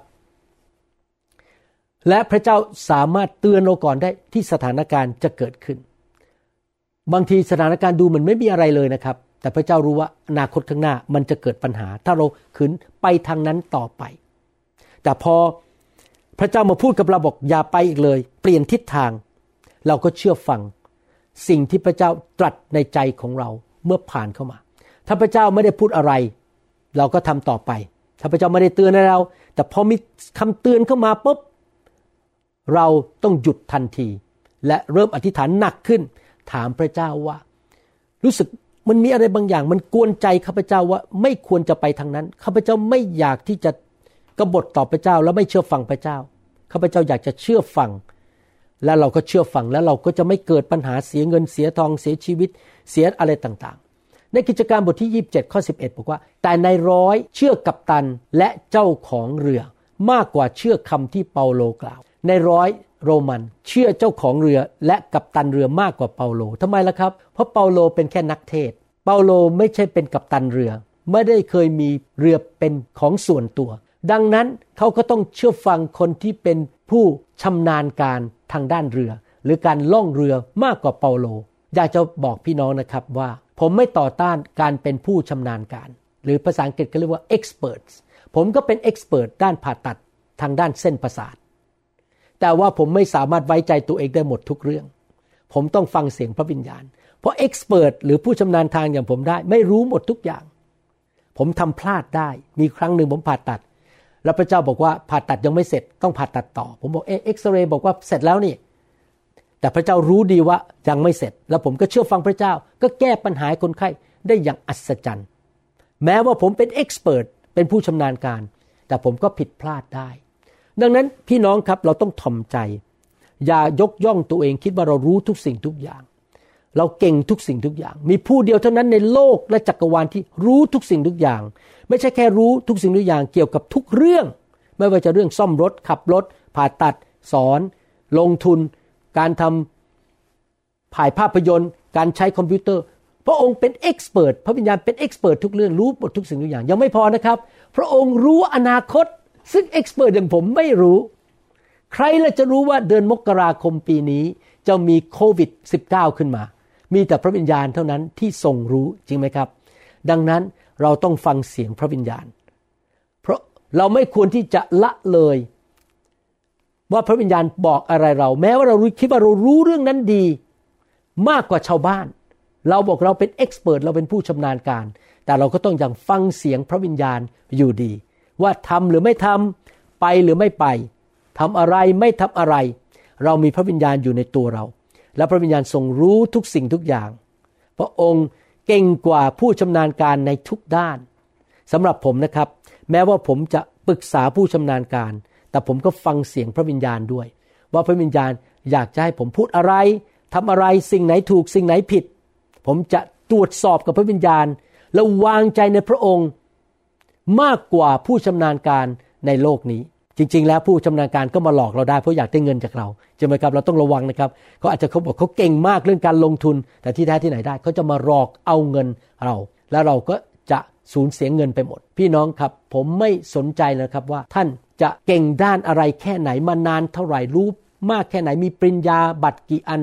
และพระเจ้าสามารถเตือนเราก่อนได้ที่สถานการณ์จะเกิดขึ้นบางทีสถานการณ์ดูเหมือนไม่มีอะไรเลยนะครับแต่พระเจ้ารู้ว่าอนาคตข้างหน้ามันจะเกิดปัญหาถ้าเราขืนไปทางนั้นต่อไปแต่พอพระเจ้ามาพูดกับเราบอกอย่าไปอีกเลยเปลี่ยนทิศทางเราก็เชื่อฟังสิ่งที่พระเจ้าตรัสในใจของเราเมื่อผ่านเข้ามาถ้าพระเจ้าไม่ได้พูดอะไรเราก็ทำต่อไปถ้าพระเจ้าไม่ได้เตือนเราแต่พอมีคำเตือนเข้ามาปุ๊บเราต้องหยุดทันทีและเริ่มอธิษฐานหนักขึ้นถามพระเจ้าว่ารู้สึกมันมีอะไรบางอย่างมันกวนใจข้าพเจ้าว่าไม่ควรจะไปทางนั้นข้าพเจ้าไม่อยากที่จะกบฏต่อพระเจ้าแล้วไม่เชื่อฟังพระเจ้าข้าพเจ้าอยากจะเชื่อฟังและเราก็เชื่อฟังแล้วเราก็จะไม่เกิดปัญหาเสียเงินเสียทองเสียชีวิตเสียอะไรต่างๆในกิจการบทที่27ข้อ11บอกว่าแต่นายร้อยเชื่อกัปตันและเจ้าของเรือมากกว่าเชื่อคำที่เปาโลกล่าวนายร้อยโรมันเชื่อเจ้าของเรือและกัปตันเรือมากกว่าเปาโลทำไมล่ะครับเพราะเปาโลเป็นแค่นักเทศเปาโลไม่ใช่เป็นกัปตันเรือไม่ได้เคยมีเรือเป็นของส่วนตัวดังนั้นเขาก็ต้องเชื่อฟังคนที่เป็นผู้ชำนาญการทางด้านเรือหรือการล่องเรือมากกว่าเปาโลอยากจะบอกพี่น้องนะครับว่าผมไม่ต่อต้านการเป็นผู้ชำนาญการหรือภาษาอังกฤษก็เรียกว่า experts ผมก็เป็น expert ด้านผ่าตัดทางด้านเส้นประสาทแต่ว่าผมไม่สามารถไว้ใจตัวเองได้หมดทุกเรื่องผมต้องฟังเสียงพระวิญญาณเพราะ expert หรือผู้ชำนาญทางอย่างผมได้ไม่รู้หมดทุกอย่างผมทำพลาดได้มีครั้งหนึ่งผมผ่าตัดแล้วพระเจ้าบอกว่าผ่าตัดยังไม่เสร็จต้องผ่าตัดต่อผมบอกเอ็กซเรย์บอกว่าเสร็จแล้วนี่แต่พระเจ้ารู้ดีว่ายังไม่เสร็จแล้วผมก็เชื่อฟังพระเจ้าก็แก้ปัญหาคนไข้ได้อย่างอัศจรรย์แม้ว่าผมเป็นเอ็กซ์เพิร์ทเป็นผู้ชำนาญการแต่ผมก็ผิดพลาดได้ดังนั้นพี่น้องครับเราต้องถ่อมใจอย่ายกย่องตัวเองคิดว่าเรารู้ทุกสิ่งทุกอย่างเราเก่งทุกสิ่งทุกอย่างมีผู้เดียวเท่านั้นในโลกและจักรวาลที่รู้ทุกสิ่งทุกอย่างไม่ใช่แค่รู้ทุกสิ่งทุกอย่างเกี่ยวกับทุกเรื่องไม่ว่าจะเรื่องซ่อมรถขับรถผ่าตัดสอนลงทุนการทำถ่ายภาพยนตร์การใช้คอมพิวเตอร์พระองค์เป็นเอ็กซ์เพิร์ทพระวิญญาณเป็นเอ็กซ์เพิร์ททุกเรื่องรู้หมดทุกสิ่งทุกอย่างยังไม่พอนะครับพระองค์รู้อนาคตซึ่งเอ็กซ์เพิร์ทอย่างผมไม่รู้ใครล่ะจะรู้ว่าเดือนมกราคมปีนี้จะมีโควิด-19 ขึ้นมามีแต่พระวิญญาณเท่านั้นที่ทรงรู้จริงไหมครับดังนั้นเราต้องฟังเสียงพระวิญญาณเพราะเราไม่ควรที่จะละเลยว่าพระวิญญาณบอกอะไรเราแม้ว่าเราคิดว่าเรารู้เรื่องนั้นดีมากกว่าชาวบ้านเราบอกเราเป็นเอ็กซ์เพิร์ทเราเป็นผู้ชำนาญการแต่เราก็ต้องยังฟังเสียงพระวิญญาณอยู่ดีว่าทำหรือไม่ทำไปหรือไม่ไปทำอะไรไม่ทำอะไรเรามีพระวิญญาณอยู่ในตัวเราและพระวิญญาณทรงรู้ทุกสิ่งทุกอย่างพระองค์เก่งกว่าผู้ชำนาญการในทุกด้านสำหรับผมนะครับแม้ว่าผมจะปรึกษาผู้ชำนาญการแต่ผมก็ฟังเสียงพระวิญญาณด้วยว่าพระวิญญาณอยากจะให้ผมพูดอะไรทำอะไรสิ่งไหนถูกสิ่งไหนผิดผมจะตรวจสอบกับพระวิญญาณและวางใจในพระองค์มากกว่าผู้ชำนาญการในโลกนี้จริงๆแล้วผู้ชำนาญการก็มาหลอกเราได้เพราะอยากได้เงินจากเราใช่ไหมครับเราต้องระวังนะครับเขาอาจจะเขาบอกเขาเก่งมากเรื่องการลงทุนแต่ที่แท้ที่ไหนได้เขาจะมาหลอกเอาเงินเราแล้วเราก็จะสูญเสียเงินไปหมดพี่น้องครับผมไม่สนใจเลยครับว่าท่านจะเก่งด้านอะไรแค่ไหนมานานเท่าไหร่รู้มากแค่ไหนมีปริญญาบัตรกี่อัน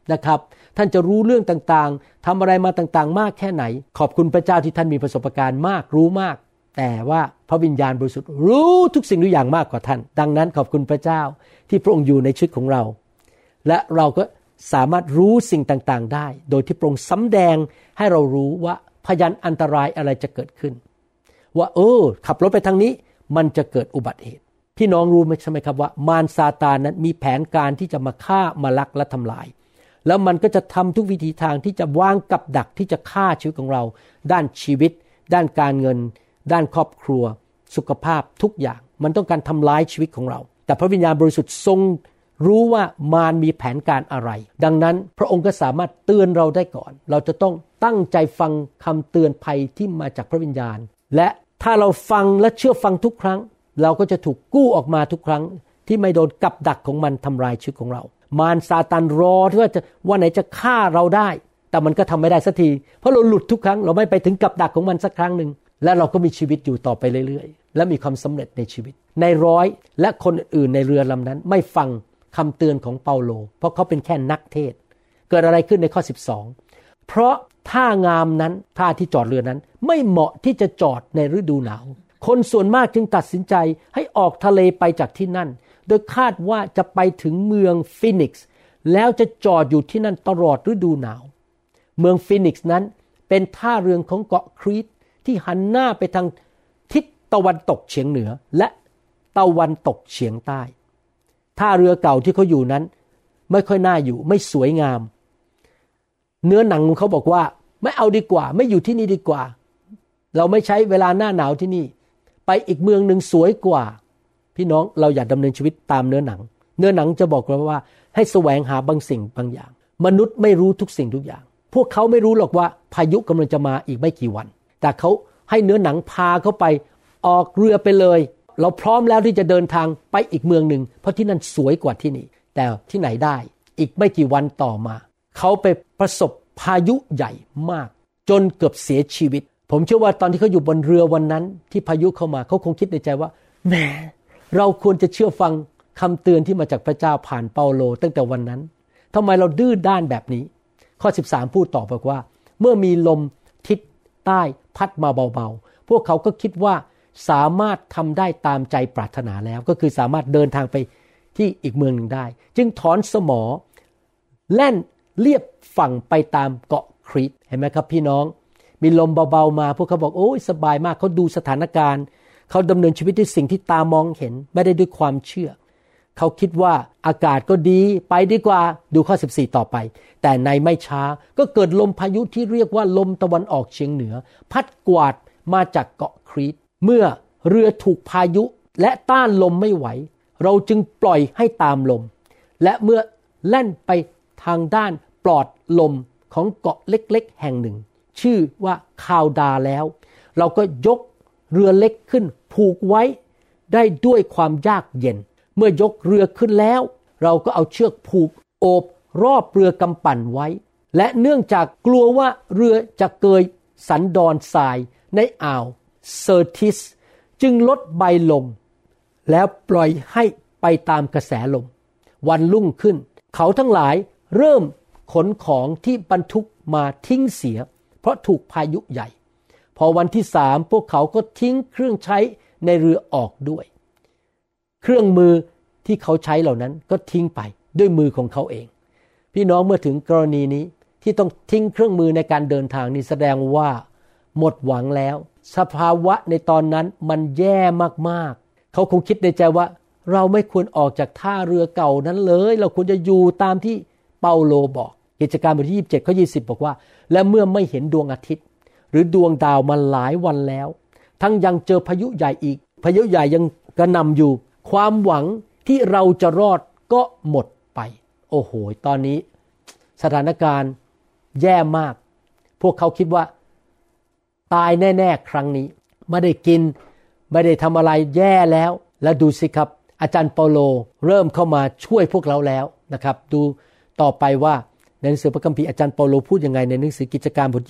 นะครับท่านจะรู้เรื่องต่างๆทำอะไรมาต่างๆมากแค่ไหนขอบคุณพระเจ้าที่ท่านมีประสบการณ์มากรู้มากแต่ว่าพระวิญญาณบริสุทธิ์รู้ทุกสิ่งทุกอย่างมากกว่าท่านดังนั้นขอบคุณพระเจ้าที่พระองค์อยู่ในชีวิตของเราและเราก็สามารถรู้สิ่งต่างๆได้โดยที่พระองค์สำแดงให้เรารู้ว่าพยานอันตรายอะไรจะเกิดขึ้นว่าขับรถไปทางนี้มันจะเกิดอุบัติเหตุพี่น้องรู้ไหมใช่ไหมครับว่ามารซาตานนั้นมีแผนการที่จะมาฆ่ามาลักและทำลายแล้วมันก็จะทำทุกวิธีทางที่จะวางกับดักที่จะฆ่าชีวิตของเราด้านชีวิตด้านการเงินด้านครอบครัวสุขภาพทุกอย่างมันต้องการทำลายชีวิตของเราแต่พระวิญญาณบริสุทธิ์ทรงรู้ว่ามารมีแผนการอะไรดังนั้นพระองค์ก็สามารถเตือนเราได้ก่อนเราจะต้องตั้งใจฟังคำเตือนภัยที่มาจากพระวิญญาณและถ้าเราฟังและเชื่อฟังทุกครั้งเราก็จะถูกกู้ออกมาทุกครั้งที่ไม่โดนกับดักของมันทำลายชีวิตของเรามารซาตานรอที่ว่าไหนจะฆ่าเราได้แต่มันก็ทำไม่ได้สักทีเพราะเราหลุดทุกครั้งเราไม่ไปถึงกับดักของมันสักครั้งนึงและเราก็มีชีวิตอยู่ต่อไปเรื่อยๆและมีความสำเร็จในชีวิตในร้อยและคนอื่นในเรือลำนั้นไม่ฟังคำเตือนของเปาโลเพราะเขาเป็นแค่นักเทศเกิดอะไรขึ้นในข้อ12เพราะท่างามนั้นท่าที่จอดเรือนั้นไม่เหมาะที่จะจอดในฤดูหนาวคนส่วนมากจึงตัดสินใจให้ออกทะเลไปจากที่นั่นโดยคาดว่าจะไปถึงเมืองฟินิกซ์แล้วจะจอดอยู่ที่นั่นตลอดฤดูหนาวเมืองฟินิกซ์นั้นเป็นท่าเรือของเกาะครีตที่หันหน้าไปทางทิศตะวันตกเฉียงเหนือและตะวันตกเฉียงใต้ท่าเรือเก่าที่เขาอยู่นั้นไม่ค่อยน่าอยู่ไม่สวยงามเนื้อหนังของเขาบอกว่าไม่เอาดีกว่าไม่อยู่ที่นี่ดีกว่าเราไม่ใช้เวลาหน้าหนาวที่นี่ไปอีกเมืองนึงสวยกว่าพี่น้องเราอย่าดำเนินชีวิตตามเนื้อหนังจะบอกเราว่าให้แสวงหาบางสิ่งบางอย่างมนุษย์ไม่รู้ทุกสิ่งทุกอย่างพวกเขาไม่รู้หรอกว่าพายุกำลังจะมาอีกไม่กี่วันแต่เขาให้เนื้อหนังพาเขาไปออกเรือไปเลยเราพร้อมแล้วที่จะเดินทางไปอีกเมืองนึงเพราะที่นั่นสวยกว่าที่นี่แต่ที่ไหนได้อีกไม่กี่วันต่อมาเขาไปประสบพายุใหญ่มากจนเกือบเสียชีวิตผมเชื่อว่าตอนที่เขาอยู่บนเรือวันนั้นที่พายุเข้ามาเขาคงคิดในใจว่าแหมเราควรจะเชื่อฟังคำเตือนที่มาจากพระเจ้าผ่านเปาโลตั้งแต่วันนั้นทำไมเราดื้อด้านแบบนี้ข้อ13พูดต่อบอกว่าเมื่อมีลมทิศใต้พัดมาเบาๆพวกเขาก็คิดว่าสามารถทำได้ตามใจปรารถนาแล้วก็คือสามารถเดินทางไปที่อีกเมืองหนึ่งได้จึงถอนสมอแล่นเลียบฝั่งไปตามเกาะครีตเห็นไหมครับพี่น้องมีลมเบาๆมาพวกเขาบอกโอ้ยสบายมากเขาดูสถานการณ์เขาดำเนินชีวิตด้วยสิ่งที่ตามองเห็นไม่ได้ด้วยความเชื่อเขาคิดว่าอากาศก็ดีไปดีกว่าดูข้อ14ต่อไปแต่ในไม่ช้าก็เกิดลมพายุที่เรียกว่าลมตะวันออกเฉียงเหนือพัดกวาดมาจากเกาะครีตเมื่อเรือถูกพายุและต้านลมไม่ไหวเราจึงปล่อยให้ตามลมและเมื่อแล่นไปทางด้านปลอดลมของเกาะเล็กๆแห่งหนึ่งชื่อว่าคาวดาแล้วเราก็ยกเรือเล็กขึ้นผูกไว้ได้ด้วยความยากเย็นเมื่อยกเรือขึ้นแล้วเราก็เอาเชือกผูกโอบรอบเรือกำปั่นไว้และเนื่องจากกลัวว่าเรือจะเกยสันดอนทรายในอ่าวเซอร์ทิสจึงลดใบลงแล้วปล่อยให้ไปตามกระแสลมวันรุ่งขึ้นเขาทั้งหลายเริ่มขนของที่บรรทุกมาทิ้งเสียเพราะถูกพายุใหญ่พอวันที่3พวกเขาก็ทิ้งเครื่องใช้ในเรือออกด้วยเครื่องมือที่เขาใช้เหล่านั้นก็ทิ้งไปด้วยมือของเขาเองพี่น้องเมื่อถึงกรณีนี้ที่ต้องทิ้งเครื่องมือในการเดินทางนี้แสดงว่าหมดหวังแล้วสภาวะในตอนนั้นมันแย่มากๆเขาคงคิดในใจว่าเราไม่ควรออกจากท่าเรือเก่านั้นเลยเราควรจะอยู่ตามที่เปาโลบอกกิจการบทที่27ข้อ20บอกว่าและเมื่อไม่เห็นดวงอาทิตย์หรือดวงดาวมาหลายวันแล้วทั้งยังเจอพายุใหญ่อีกพายุใหญ่ยังกระหน่ำอยู่ความหวังที่เราจะรอดก็หมดไปโอ้โหตอนนี้สถานการณ์แย่มากพวกเขาคิดว่าตายแน่ๆครั้งนี้ไม่ได้กินไม่ได้ทำอะไรแย่แล้วแล้วดูสิครับอาจารย์เปาโลเริ่มเข้ามาช่วยพวกเราแล้วนะครับดูต่อไปว่าในหนังสือพระคัมภีร์อาจารย์เปาโลพูดยังไงในหนังสือกิจการบท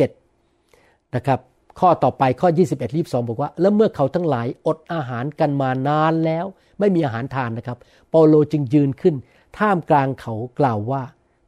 27นะครับข้อต่อไปข้อ21-22บอกว่าแล้วเมื่อเขาทั้งหลายอดอาหารกันมานานแล้วไม่มีอาหารทานนะครับเปาโลจึงยืนขึ้นท่ามกลางเขากล่าวว่า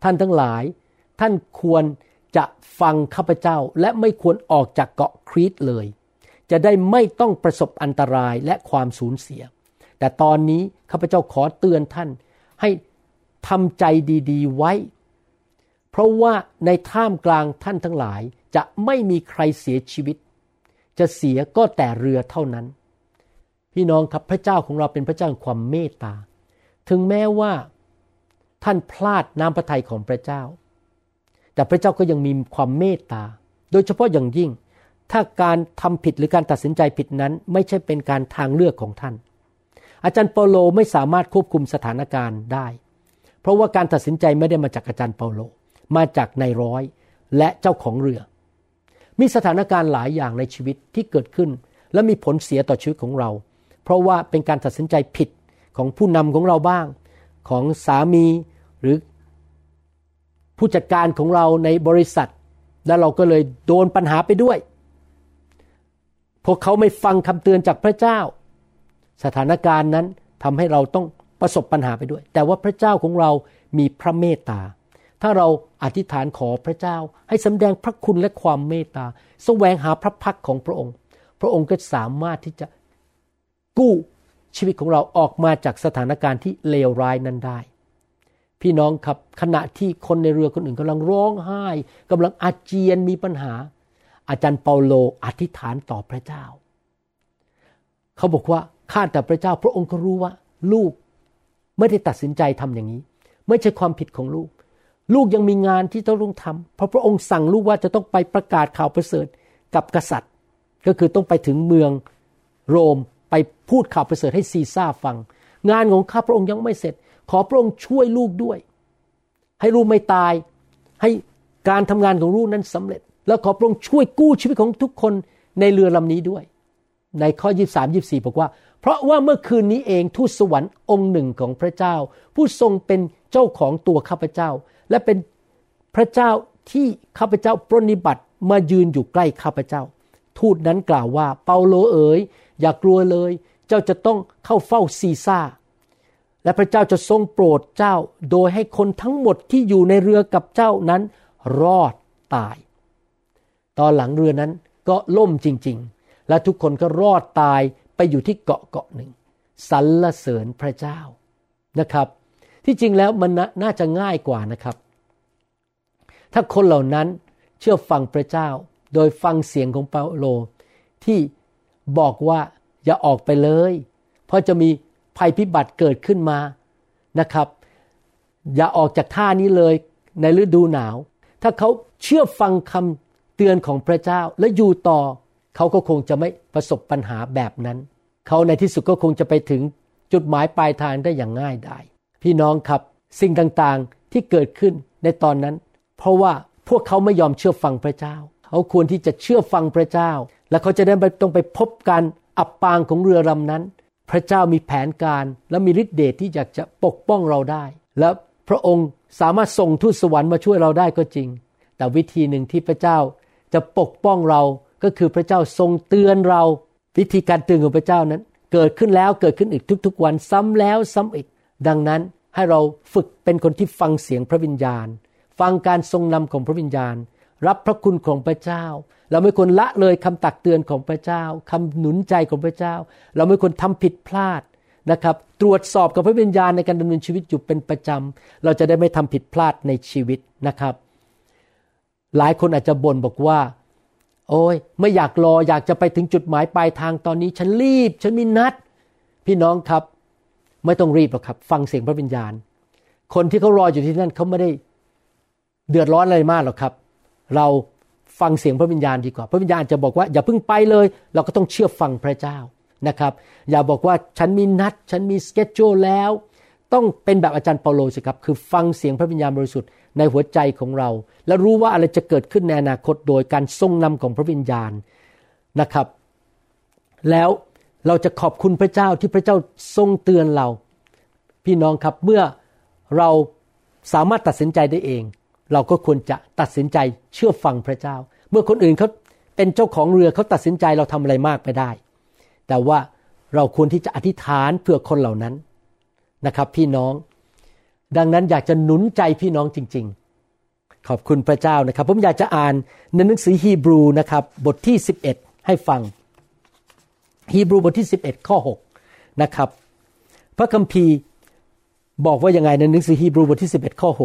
ท่านทั้งหลายท่านควรจะฟังข้าพเจ้าและไม่ควรออกจากเกาะครีตเลยจะได้ไม่ต้องประสบอันตรายและความสูญเสียแต่ตอนนี้ข้าพเจ้าขอเตือนท่านให้ทำใจดีๆไว้เพราะว่าในท่ามกลางท่านทั้งหลายจะไม่มีใครเสียชีวิตจะเสียก็แต่เรือเท่านั้นพี่น้องครับพระเจ้าของเราเป็นพระเจ้าแห่งความเมตตาถึงแม้ว่าท่านพลาดน้ำพระทัยของพระเจ้าแต่พระเจ้าก็ยังมีความเมตตาโดยเฉพาะอย่างยิ่งถ้าการทำผิดหรือการตัดสินใจผิดนั้นไม่ใช่เป็นการทางเลือกของท่านอาจารย์เปาโลไม่สามารถควบคุมสถานการณ์ได้เพราะว่าการตัดสินใจไม่ได้มาจากอาจารย์เปาโลมาจากนายร้อยและเจ้าของเรือมีสถานการณ์หลายอย่างในชีวิตที่เกิดขึ้นและมีผลเสียต่อชีวิตของเราเพราะว่าเป็นการตัดสินใจผิดของผู้นำของเราบ้างของสามีหรือผู้จัดการของเราในบริษัทแล้วเราก็เลยโดนปัญหาไปด้วยพวกเขาไม่ฟังคำเตือนจากพระเจ้าสถานการณ์นั้นทำให้เราต้องประสบปัญหาไปด้วยแต่ว่าพระเจ้าของเรามีพระเมตตาถ้าเราอธิษฐานขอพระเจ้าให้สำแดงพระคุณและความเมตตาแสวงหาพระพักของพระองค์พระองค์ก็สามารถที่จะกู้ชีวิตของเราออกมาจากสถานการณ์ที่เลวร้ายนั้นได้พี่น้องครับขณะที่คนในเรือคนอื่นกำลังร้องไห้กำลังอาเจียนมีปัญหาอาจารย์เปาโลอธิษฐานต่อพระเจ้าเขาบอกว่าข้าแต่พระเจ้าพระองค์ก็รู้ว่าลูกไม่ได้ตัดสินใจทำอย่างนี้ไม่ใช่ความผิดของลูกลูกยังมีงานที่ต้องทำเพราะพระองค์สั่งลูกว่าจะต้องไปประกาศข่าวประเสริฐกับกษัตริย์ก็คือต้องไปถึงเมืองโรมไปพูดข่าวประเสริฐให้ซีซ่าฟังงานของข้าพระองค์ยังไม่เสร็จขอพระองค์ช่วยลูกด้วยให้ลูกไม่ตายให้การทำงานของลูกนั้นสำเร็จแล้วขอพระองค์ช่วยกู้ชีวิตของทุกคนในเรือลำนี้ด้วยในข้อ 23-24 บอกว่าเพราะว่าเมื่อคืนนี้เองทูตสวรรค์องค์หนึ่งของพระเจ้าผู้ทรงเป็นเจ้าของตัวข้าพเจ้าและเป็นพระเจ้าที่ข้าพเจ้าปรนนิบัติมายืนอยู่ใกล้ข้าพเจ้าทูตนั้นกล่าวว่าเปาโลเอ๋ยอย่ากลัวเลยเจ้าจะต้องเข้าเฝ้าซีซ่าและพระเจ้าจะทรงโปรดเจ้าโดยให้คนทั้งหมดที่อยู่ในเรือกับเจ้านั้นรอดตายตอนหลังเรือนั้นก็ล่มจริงๆและทุกคนก็รอดตายไปอยู่ที่เกาะหนึ่งสรรเสริญพระเจ้านะครับที่จริงแล้วมันน่าจะง่ายกว่านะครับถ้าคนเหล่านั้นเชื่อฟังพระเจ้าโดยฟังเสียงของเปาโลที่บอกว่าอย่าออกไปเลยเพราะจะมีภัยพิบัติเกิดขึ้นมานะครับอย่าออกจากท่านี้เลยในฤดูหนาวถ้าเขาเชื่อฟังคำเตือนของพระเจ้าและอยู่ต่อเขาก็คงจะไม่ประสบปัญหาแบบนั้นเขาในที่สุดก็คงจะไปถึงจุดหมายปลายทางได้อย่างง่ายดายพี่น้องครับสิ่งต่างๆที่เกิดขึ้นในตอนนั้นเพราะว่าพวกเขาไม่ยอมเชื่อฟังพระเจ้าเขาควรที่จะเชื่อฟังพระเจ้าและเขาจะได้ไม่ต้องไปพบการอับปางของเรือลำนั้นพระเจ้ามีแผนการและมีฤทธิ์เดชที่อยากจะปกป้องเราได้และพระองค์สามารถส่งทูตสวรรค์มาช่วยเราได้ก็จริงแต่วิธีหนึ่งที่พระเจ้าจะปกป้องเราก็คือพระเจ้าทรงเตือนเราวิธีการเตือนของพระเจ้านั้นเกิดขึ้นแล้วเกิดขึ้นอีกทุกๆวันซ้ำแล้วซ้ำอีกดังนั้นให้เราฝึกเป็นคนที่ฟังเสียงพระวิญญาณฟังการทรงนำของพระวิญญาณรับพระคุณของพระเจ้าเราไม่ควรละเลยคำตักเตือนของพระเจ้าคำหนุนใจของพระเจ้าเราไม่ควรทำผิดพลาดนะครับตรวจสอบกับพระวิญญาณในการดำเนินชีวิตอยู่เป็นประจำเราจะได้ไม่ทำผิดพลาดในชีวิตนะครับหลายคนอาจจะบ่นบอกว่าโอ้ยไม่อยากรออยากจะไปถึงจุดหมายปลายทางตอนนี้ฉันรีบฉันมีนัดพี่น้องครับไม่ต้องรีบหรอกครับฟังเสียงพระวิญญาณคนที่เขารออยู่ที่นั่นเขาไม่ได้เดือดร้อนอะไรมากหรอกครับเราฟังเสียงพระวิญญาณดีกว่าพระวิญญาณจะบอกว่าอย่าเพิ่งไปเลยเราก็ต้องเชื่อฟังพระเจ้านะครับอย่าบอกว่าฉันมีนัดฉันมีสเกจจูลแล้วต้องเป็นแบบอาจารย์เปาโลสิครับคือฟังเสียงพระวิญญาณบริสุทธิ์ในหัวใจของเราและรู้ว่าอะไรจะเกิดขึ้นในอนาคตโดยการทรงนำของพระวิญญาณนะครับแล้วเราจะขอบคุณพระเจ้าที่พระเจ้าทรงเตือนเราพี่น้องครับเมื่อเราสามารถตัดสินใจได้เองเราก็ควรจะตัดสินใจเชื่อฟังพระเจ้าเมื่อคนอื่นเขาเป็นเจ้าของเรือเขาตัดสินใจเราทำอะไรมากไม่ได้แต่ว่าเราควรที่จะอธิษฐานเพื่อคนเหล่านั้นนะครับพี่น้องดังนั้นอยากจะหนุนใจพี่น้องจริงๆขอบคุณพระเจ้านะครับผมอยากจะอ่านในหนังสือฮีบรูนะครับบทที่11ให้ฟังฮีบรูบทที่11ข้อ6นะครับพระคัมภีร์บอกว่ายังไงในหนังสือฮีบรูบทที่11ข้อ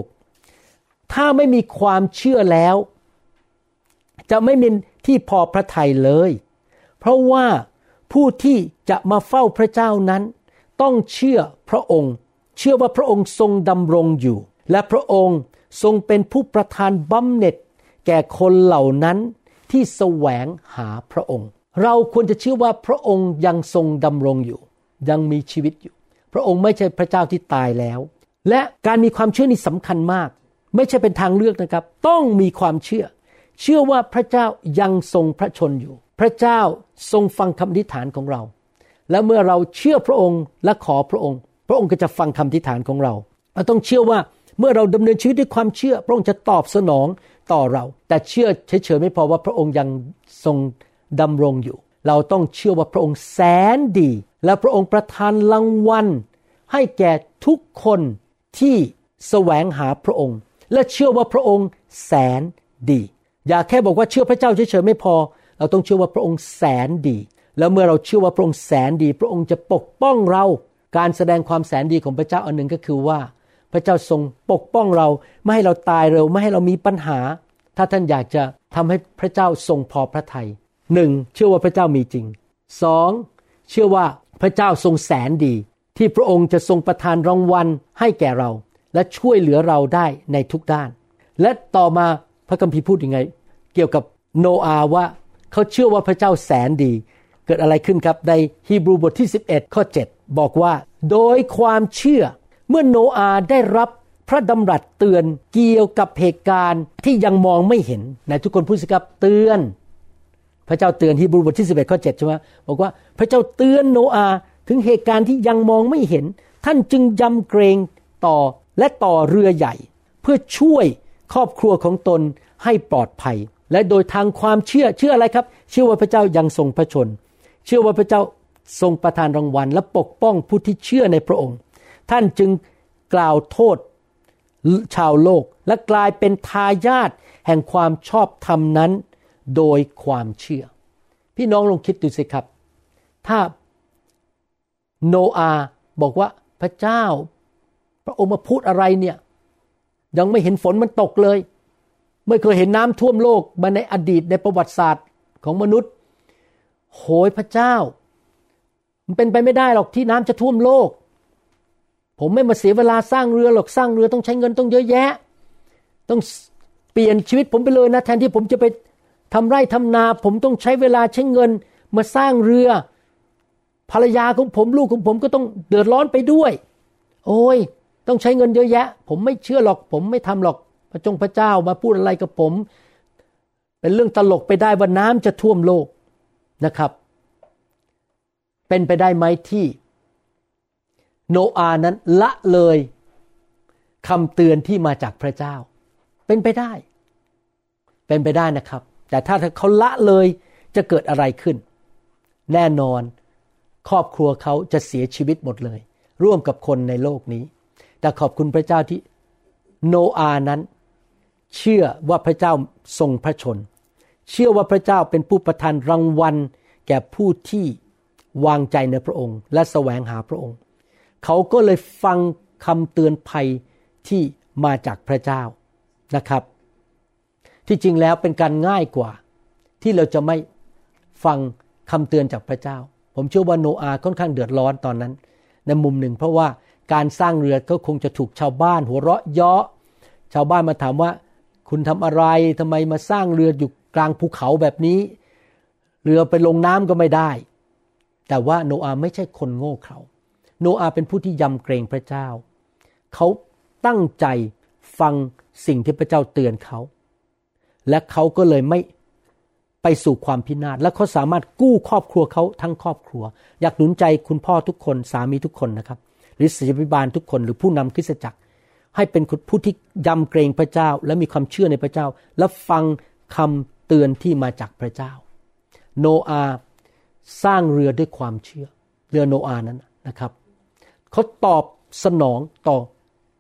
6ถ้าไม่มีความเชื่อแล้วจะไม่มีที่พอพระทัยเลยเพราะว่าผู้ที่จะมาเฝ้าพระเจ้านั้นต้องเชื่อพระองค์เชื่อว่าพระองค์ทรงดำรงอยู่และพระองค์ทรงเป็นผู้ประทานบำเหน็จแก่คนเหล่านั้นที่แสวงหาพระองค์เราควรจะเชื่อว่าพระองค์ยังทรงดำรงอยู่ยังมีชีวิตอยู่พระองค์ไม่ใช่พระเจ้าที่ตายแล้วและการมีความเชื่อนี่สำคัญมากไม่ใช่เป็นทางเลือกนะครับต้องมีความเชื่อว่าพระเจ้ายังทรงพระชนอยู่พระเจ้าทรงฟังคำอธิษฐานของเราและเมื่อเราเชื่อพระองค์และขอพระองค์พระองค์ก็จะฟังคำอธิษฐานของเราเราต้องเชื่อว่าเมื่อเราดำเนินชีวิตด้วยความเชื่อพระองค์จะตอบสนองต่อเราแต่เชื่อเฉยๆไม่พอว่าพระองค์ยังทรงดำรงอยู่เราต้องเชื่อว่าพระองค์แสนดีและพระองค์ประทานรางวัลให้แก่ทุกคนที่แสวงหาพระองค์และเชื่อว่าพระองค์แสนดีอย่าแค่บอกว่าเชื่อพระเจ้าเฉยๆไม่พอเราต้องเชื่อว่าพระองค์แสนดีแล้วเมื่อเราเชื่อว่าพระองค์แสนดีพระองค์จะปกป้องเราการแสดงความแสนดีของพระเจ้าอันหนึ่งก็คือว่าพระเจ้าทรงปกป้องเราไม่ให้เราตายเร็วไม่ให้เรามีปัญหาถ้าท่านอยากจะทำให้พระเจ้าทรงพอพระทัย1เชื่อว่าพระเจ้ามีจริง2เชื่อว่าพระเจ้าทรงแสนดีที่พระองค์จะทรงประทานรางวัลให้แก่เราและช่วยเหลือเราได้ในทุกด้านและต่อมาพระคัมภีร์พูดยังไงเกี่ยวกับโนอาห์ว่าเขาเชื่อว่าพระเจ้าแสนดีเกิดอะไรขึ้นครับในฮีบรูบทที่11ข้อ7บอกว่าโดยความเชื่อเมื่อโนอาห์ได้รับพระดำรัสเตือนเกี่ยวกับเหตุการณ์ที่ยังมองไม่เห็นไหนทุกคนพูดสิครับเตือนพระเจ้าเตือนฮีบรูบทที่11ข้อ7ใช่ไหมบอกว่าพระเจ้าเตือนโนอาห์ถึงเหตุการณ์ที่ยังมองไม่เห็นท่านจึงยำเกรงต่อและต่อเรือใหญ่เพื่อช่วยครอบครัวของตนให้ปลอดภัยและโดยทางความเชื่ออะไรครับเชื่อว่าพระเจ้ายังทรงพระชนเชื่อว่าพระเจ้าทรงประทานรางวัลและปกป้องผู้ที่เชื่อในพระองค์ท่านจึงกล่าวโทษชาวโลกและกลายเป็นทายาทแห่งความชอบธรรมนั้นโดยความเชื่อพี่น้องลองคิดดูสิครับถ้าโนอาห์บอกว่าพระเจ้าพระองค์มาพูดอะไรเนี่ยยังไม่เห็นฝนมันตกเลยไม่เคยเห็นน้ำท่วมโลกมาในอดีตในประวัติศาสตร์ของมนุษย์โหยพระเจ้ามันเป็นไปไม่ได้หรอกที่น้ำจะท่วมโลกผมไม่มาเสียเวลาสร้างเรือหรอกสร้างเรือต้องใช้เงินต้องเยอะแยะต้องเปลี่ยนชีวิตผมไปเลยนะแทนที่ผมจะไปทำไร่ทำนาผมต้องใช้เวลาใช้เงินมาสร้างเรือภรรยาของผมลูกของผมก็ต้องเดือดร้อนไปด้วยโอ้ยต้องใช้เงินเยอะแยะผมไม่เชื่อหรอกผมไม่ทำหรอกพระเจ้ามาพูดอะไรกับผมเป็นเรื่องตลกไปได้ว่าน้ำจะท่วมโลกนะครับเป็นไปได้ไหมที่โนอาห์นั้นละเลยคำเตือนที่มาจากพระเจ้าเป็นไปได้นะครับแต่ถ้าเขาละเลยจะเกิดอะไรขึ้นแน่นอนครอบครัวเขาจะเสียชีวิตหมดเลยร่วมกับคนในโลกนี้แต่ขอบคุณพระเจ้าที่โนอาห์นั้นเชื่อว่าพระเจ้าทรงพระชนเชื่อว่าพระเจ้าเป็นผู้ประทานรางวัลแก่ผู้ที่วางใจในพระองค์และแสวงหาพระองค์เขาก็เลยฟังคำเตือนภัยที่มาจากพระเจ้านะครับที่จริงแล้วเป็นการง่ายกว่าที่เราจะไม่ฟังคำเตือนจากพระเจ้าผมเชื่อว่าโนอาห์ค่อนข้างเดือดร้อนตอนนั้นในมุมหนึ่งเพราะว่าการสร้างเรือก็คงจะถูกชาวบ้านหัวเราะเยาะชาวบ้านมาถามว่าคุณทำอะไรทำไมมาสร้างเรืออยู่กลางภูเขาแบบนี้เรือไปลงน้ำก็ไม่ได้แต่ว่าโนอาห์ไม่ใช่คนโง่เขลาโนอาห์เป็นผู้ที่ยำเกรงพระเจ้าเขาตั้งใจฟังสิ่งที่พระเจ้าเตือนเขาและเขาก็เลยไม่ไปสู่ความพินาศและเขาสามารถกู้ครอบครัวเขาทั้งครอบครัวอยากหนุนใจคุณพ่อทุกคนสามีทุกคนนะครับหรือศิษยาภิบาลทุกคนหรือผู้นำคริสตจักรให้เป็นผู้ที่ยำเกรงพระเจ้าและมีความเชื่อในพระเจ้าและฟังคำเตือนที่มาจากพระเจ้าโนอาห์สร้างเรือด้วยความเชื่อเรือโนอาห์นั้นนะครับเขาตอบสนองต่อ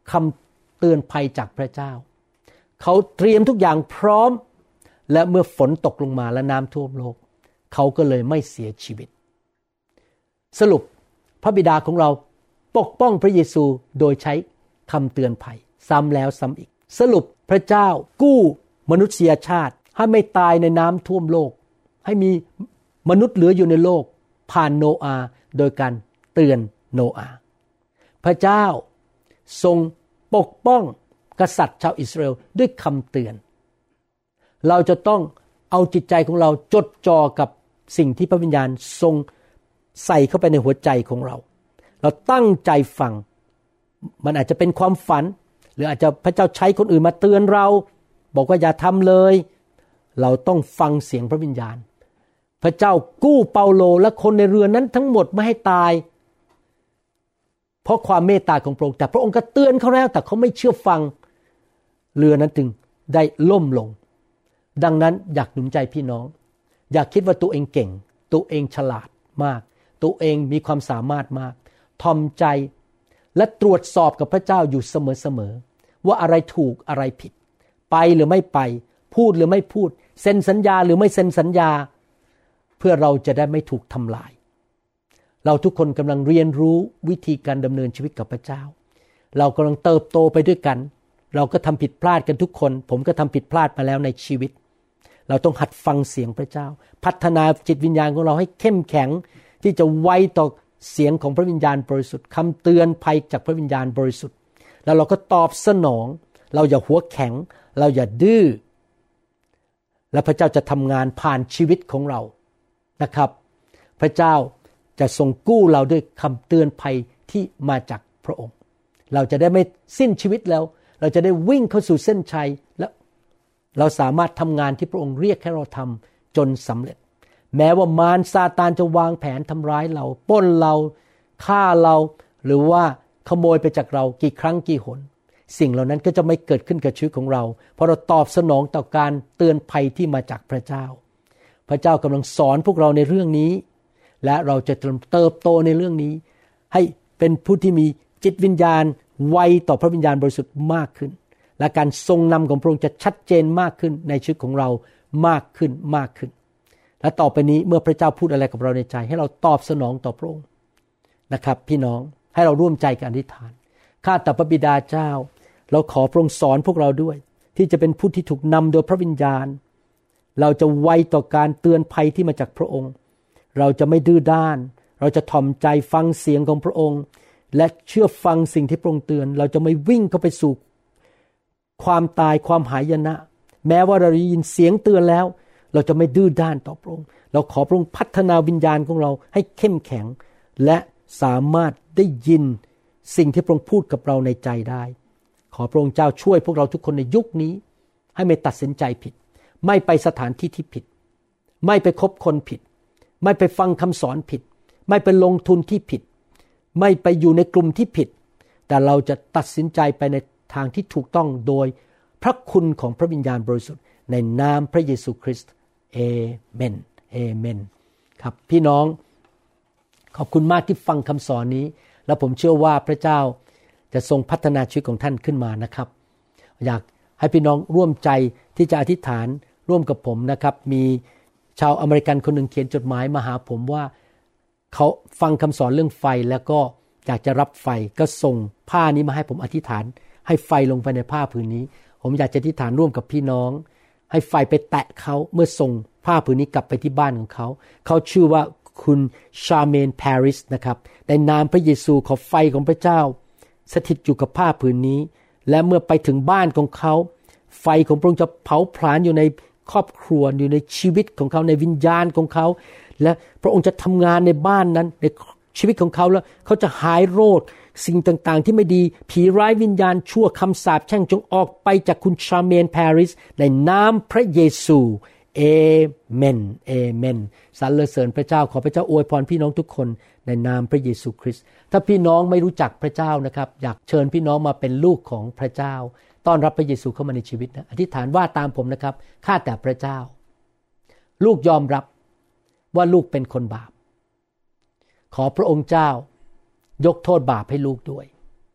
คำเตือนภัยจากพระเจ้าเขาเตรียมทุกอย่างพร้อมและเมื่อฝนตกลงมาและน้ำท่วมโลกเขาก็เลยไม่เสียชีวิตสรุปพระบิดาของเราปกป้องพระเยซูโดยใช้คำเตือนภัยซ้ำแล้วซ้ำอีกสรุปพระเจ้ากู้มนุษยชาติให้ไม่ตายในน้ำท่วมโลกให้มีมนุษย์เหลืออยู่ในโลกผ่านโนอาห์โดยการเตือนโนอาห์พระเจ้าทรงปกป้องกษัตริย์ชาวอิสราเอลด้วยคำเตือนเราจะต้องเอาจิตใจของเราจดจ่อกับสิ่งที่พระวิญญาณทรงใส่เข้าไปในหัวใจของเราเราตั้งใจฟังมันอาจจะเป็นความฝันหรืออาจจะพระเจ้าใช้คนอื่นมาเตือนเราบอกว่าอย่าทำเลยเราต้องฟังเสียงพระวิญญาณพระเจ้ากู้เปาโลและคนในเรือนั้นทั้งหมดไม่ให้ตายเพราะความเมตตาของพระองค์แต่พระองค์ก็เตือนเขาแล้วแต่เขาไม่เชื่อฟังเรือนั้นจึงได้ล่มลงดังนั้นอยากหนุนใจพี่น้องอย่าคิดว่าตัวเองเก่งตัวเองฉลาดมากตัวเองมีความสามารถมากทอมใจและตรวจสอบกับพระเจ้าอยู่เสมอๆว่าอะไรถูกอะไรผิดไปหรือไม่ไปพูดหรือไม่พูดเซ็นสัญญาหรือไม่เซ็นสัญญาเพื่อเราจะได้ไม่ถูกทำลายเราทุกคนกำลังเรียนรู้วิธีการดำเนินชีวิตกับพระเจ้าเรากำลังเติบโตไปด้วยกันเราก็ทำผิดพลาดกันทุกคนผมก็ทำผิดพลาดมาแล้วในชีวิตเราต้องหัดฟังเสียงพระเจ้าพัฒนาจิตวิญญาณของเราให้เข้มแข็งที่จะไวต่อเสียงของพระวิญญาณบริสุทธิ์คำเตือนภัยจากพระวิญญาณบริสุทธิ์แล้วเราก็ตอบสนองเราอย่าหัวแข็งเราอย่าดื้อและพระเจ้าจะทำงานผ่านชีวิตของเรานะครับพระเจ้าจะทรงกู้เราด้วยคำเตือนภัยที่มาจากพระองค์เราจะได้ไม่สิ้นชีวิตแล้วเราจะได้วิ่งเข้าสู่เส้นชัยและเราสามารถทำงานที่พระองค์เรียกให้เราทำจนสำเร็จแม้ว่ามารซาตานจะวางแผนทำร้ายเราปล้นเราฆ่าเราหรือว่าขโมยไปจากเรากี่ครั้งกี่หนสิ่งเหล่านั้นก็จะไม่เกิดขึ้นกับชีวิตของเราเพราะเราตอบสนองต่อการเตือนภัยที่มาจากพระเจ้าพระเจ้ากำลังสอนพวกเราในเรื่องนี้และเราจะเติบโตในเรื่องนี้ให้เป็นผู้ที่มีจิตวิญญาณไวต่อพระวิญญาณบริสุทธิ์มากขึ้นและการทรงนำของพระองค์จะชัดเจนมากขึ้นในชีวิตของเรามากขึ้นและต่อไปนี้เมื่อพระเจ้าพูดอะไรกับเราในใจให้เราตอบสนองต่อพระองค์นะครับพี่น้องให้เราร่วมใจกันอธิษฐานข้าแต่พระบิดาเจ้าเราขอพระองค์สอนพวกเราด้วยที่จะเป็นผู้ที่ถูกนำโดยพระวิญญาณเราจะไวต่อการเตือนภัยที่มาจากพระองค์เราจะไม่ดื้อด้านเราจะถ่อมใจฟังเสียงของพระองค์และเชื่อฟังสิ่งที่พระองค์เตือนเราจะไม่วิ่งเข้าไปสู่ความตายความหายนะแม้ว่าเราได้ยินเสียงเตือนแล้วเราจะไม่ดื้อด้านต่อพระองค์เราขอพระองค์พัฒนาวิญญาณของเราให้เข้มแข็งและสามารถได้ยินสิ่งที่พระองค์พูดกับเราในใจได้ขอพระองค์เจ้าช่วยพวกเราทุกคนในยุคนี้ให้ไม่ตัดสินใจผิดไม่ไปสถานที่ที่ผิดไม่ไปคบคนผิดไม่ไปฟังคำสอนผิดไม่ไปลงทุนที่ผิดไม่ไปอยู่ในกลุ่มที่ผิดแต่เราจะตัดสินใจไปในทางที่ถูกต้องโดยพระคุณของพระวิญญาณบริสุทธิ์ในนามพระเยซูคริสต์เอเมนเอเมนครับพี่น้องขอบคุณมากที่ฟังคำสอนนี้และผมเชื่อว่าพระเจ้าจะทรงพัฒนาชีวิตของท่านขึ้นมานะครับอยากให้พี่น้องร่วมใจที่จะอธิษฐานร่วมกับผมนะครับมีชาวอเมริกันคนหนึ่งเขียนจดหมายมาหาผมว่าเขาฟังคำสอนเรื่องไฟแล้วก็อยากจะรับไฟก็ส่งผ้านี้มาให้ผมอธิษฐานให้ไฟลงไปในผ้าผืนนี้ผมอยากจะอธิษฐานร่วมกับพี่น้องให้ไฟไปแตะเขาเมื่อส่งผ้าผืนนี้กลับไปที่บ้านของเขาเขาชื่อว่าคุณชาเมนปาริสนะครับในนามพระเยซูขอไฟของพระเจ้าสถิตอยู่กับผ้าผืนนี้และเมื่อไปถึงบ้านของเขาไฟของพระองค์จะเผาผลาญอยู่ในครอบครัวอยู่ในชีวิตของเขาในวิญญาณของเขาและพระองค์จะทำงานในบ้านนั้นในชีวิตของเขาแล้วเขาจะหายโรคสิ่งต่างๆที่ไม่ดีผีร้ายวิญญาณชั่วคำสาปแช่งจงออกไปจากคุณชาเมนปาริสในนามพระเยซูเอเมนเอเมนสรรเสริญพระเจ้าขอพระเจ้าอวยพรพี่น้องทุกคนในนามพระเยซูคริสต์ถ้าพี่น้องไม่รู้จักพระเจ้านะครับอยากเชิญพี่น้องมาเป็นลูกของพระเจ้าต้อนรับพระเยซูเข้ามาในชีวิตนะอธิษฐานว่าตามผมนะครับข้าแต่พระเจ้าลูกยอมรับว่าลูกเป็นคนบาปขอพระองค์เจ้ายกโทษบาปให้ลูกด้วย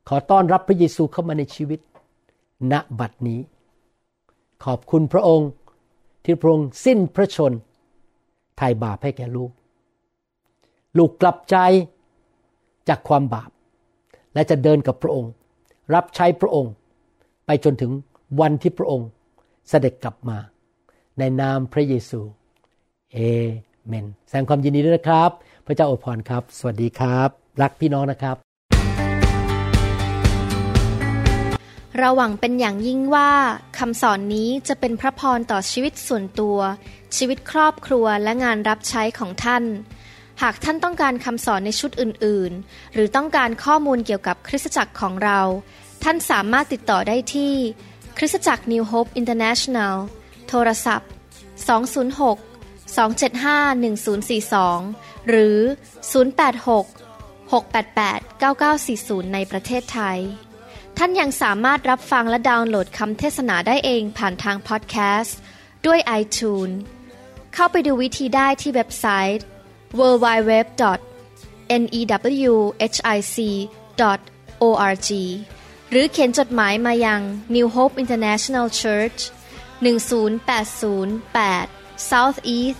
ขอต้อนรับพระเยซูเข้ามาในชีวิตณบัดนี้ขอบคุณพระองค์ที่พระองค์สิ้นพระชนไถ่บาปให้แก่ลูกกลับใจจากความบาปและจะเดินกับพระองค์รับใช้พระองค์ไปจนถึงวันที่พระองค์เสด็จกลับมาในนามพระเยซูเอเมนแสดงความยินดีด้วยนะครับพระเจ้าอวยพรครับสวัสดีครับรักพี่น้องนะครับเราหวังเป็นอย่างยิ่งว่าคำสอนนี้จะเป็นพระพรต่อชีวิตส่วนตัวชีวิตครอบครัวและงานรับใช้ของท่านหากท่านต้องการคำสอนในชุดอื่นๆหรือต้องการข้อมูลเกี่ยวกับคริสตจักรของเราท่านสามารถติดต่อได้ที่คริสตจักร New Hope International โทรศัพท์206-275-1042หรือ086-688-9940ในประเทศไทยท่านยังสามารถรับฟังและดาวน์โหลดคำเทศนาได้เองผ่านทางพอดแคสต์ด้วย iTunes เข้าไปดูวิธีได้ที่เว็บไซต์ www.newhic.org หรือเขียนจดหมายมายัง New Hope International Church 10808 South East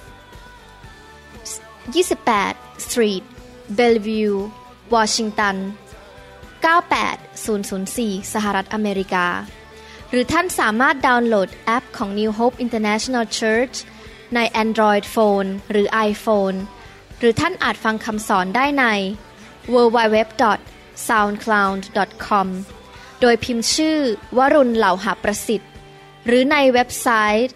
28 Street Bellevue Washington 98004 สหรัฐอเมริกาหรือท่านสามารถดาวน์โหลดแอปของ New Hope International Church ใน Android Phone หรือ iPhone หรือท่านอาจฟังคำสอนได้ใน www.soundcloud.com โดยพิมพ์ชื่อวรุณเหล่าหประสิทธิ์หรือในเว็บไซต์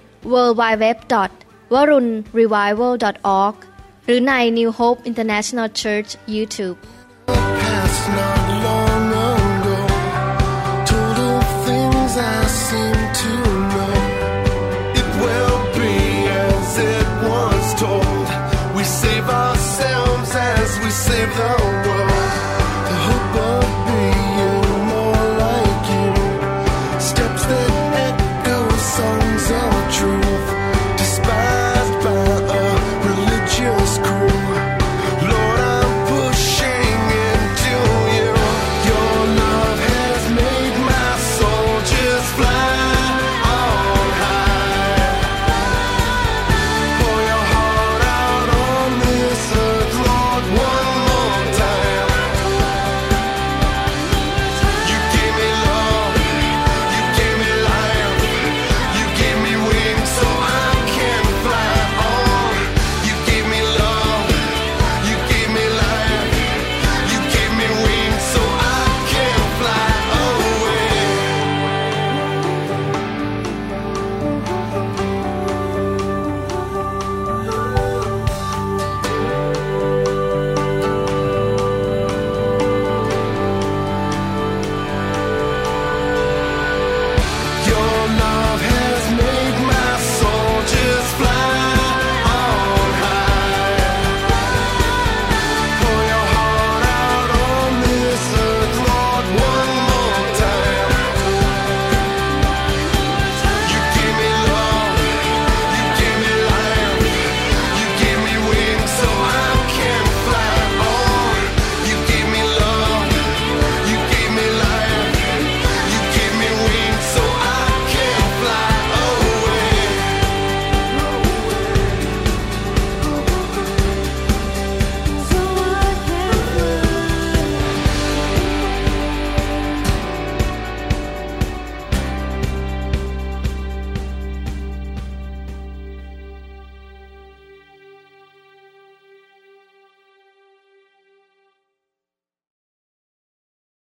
www.warunrevival.org หรือใน New Hope International Church YouTube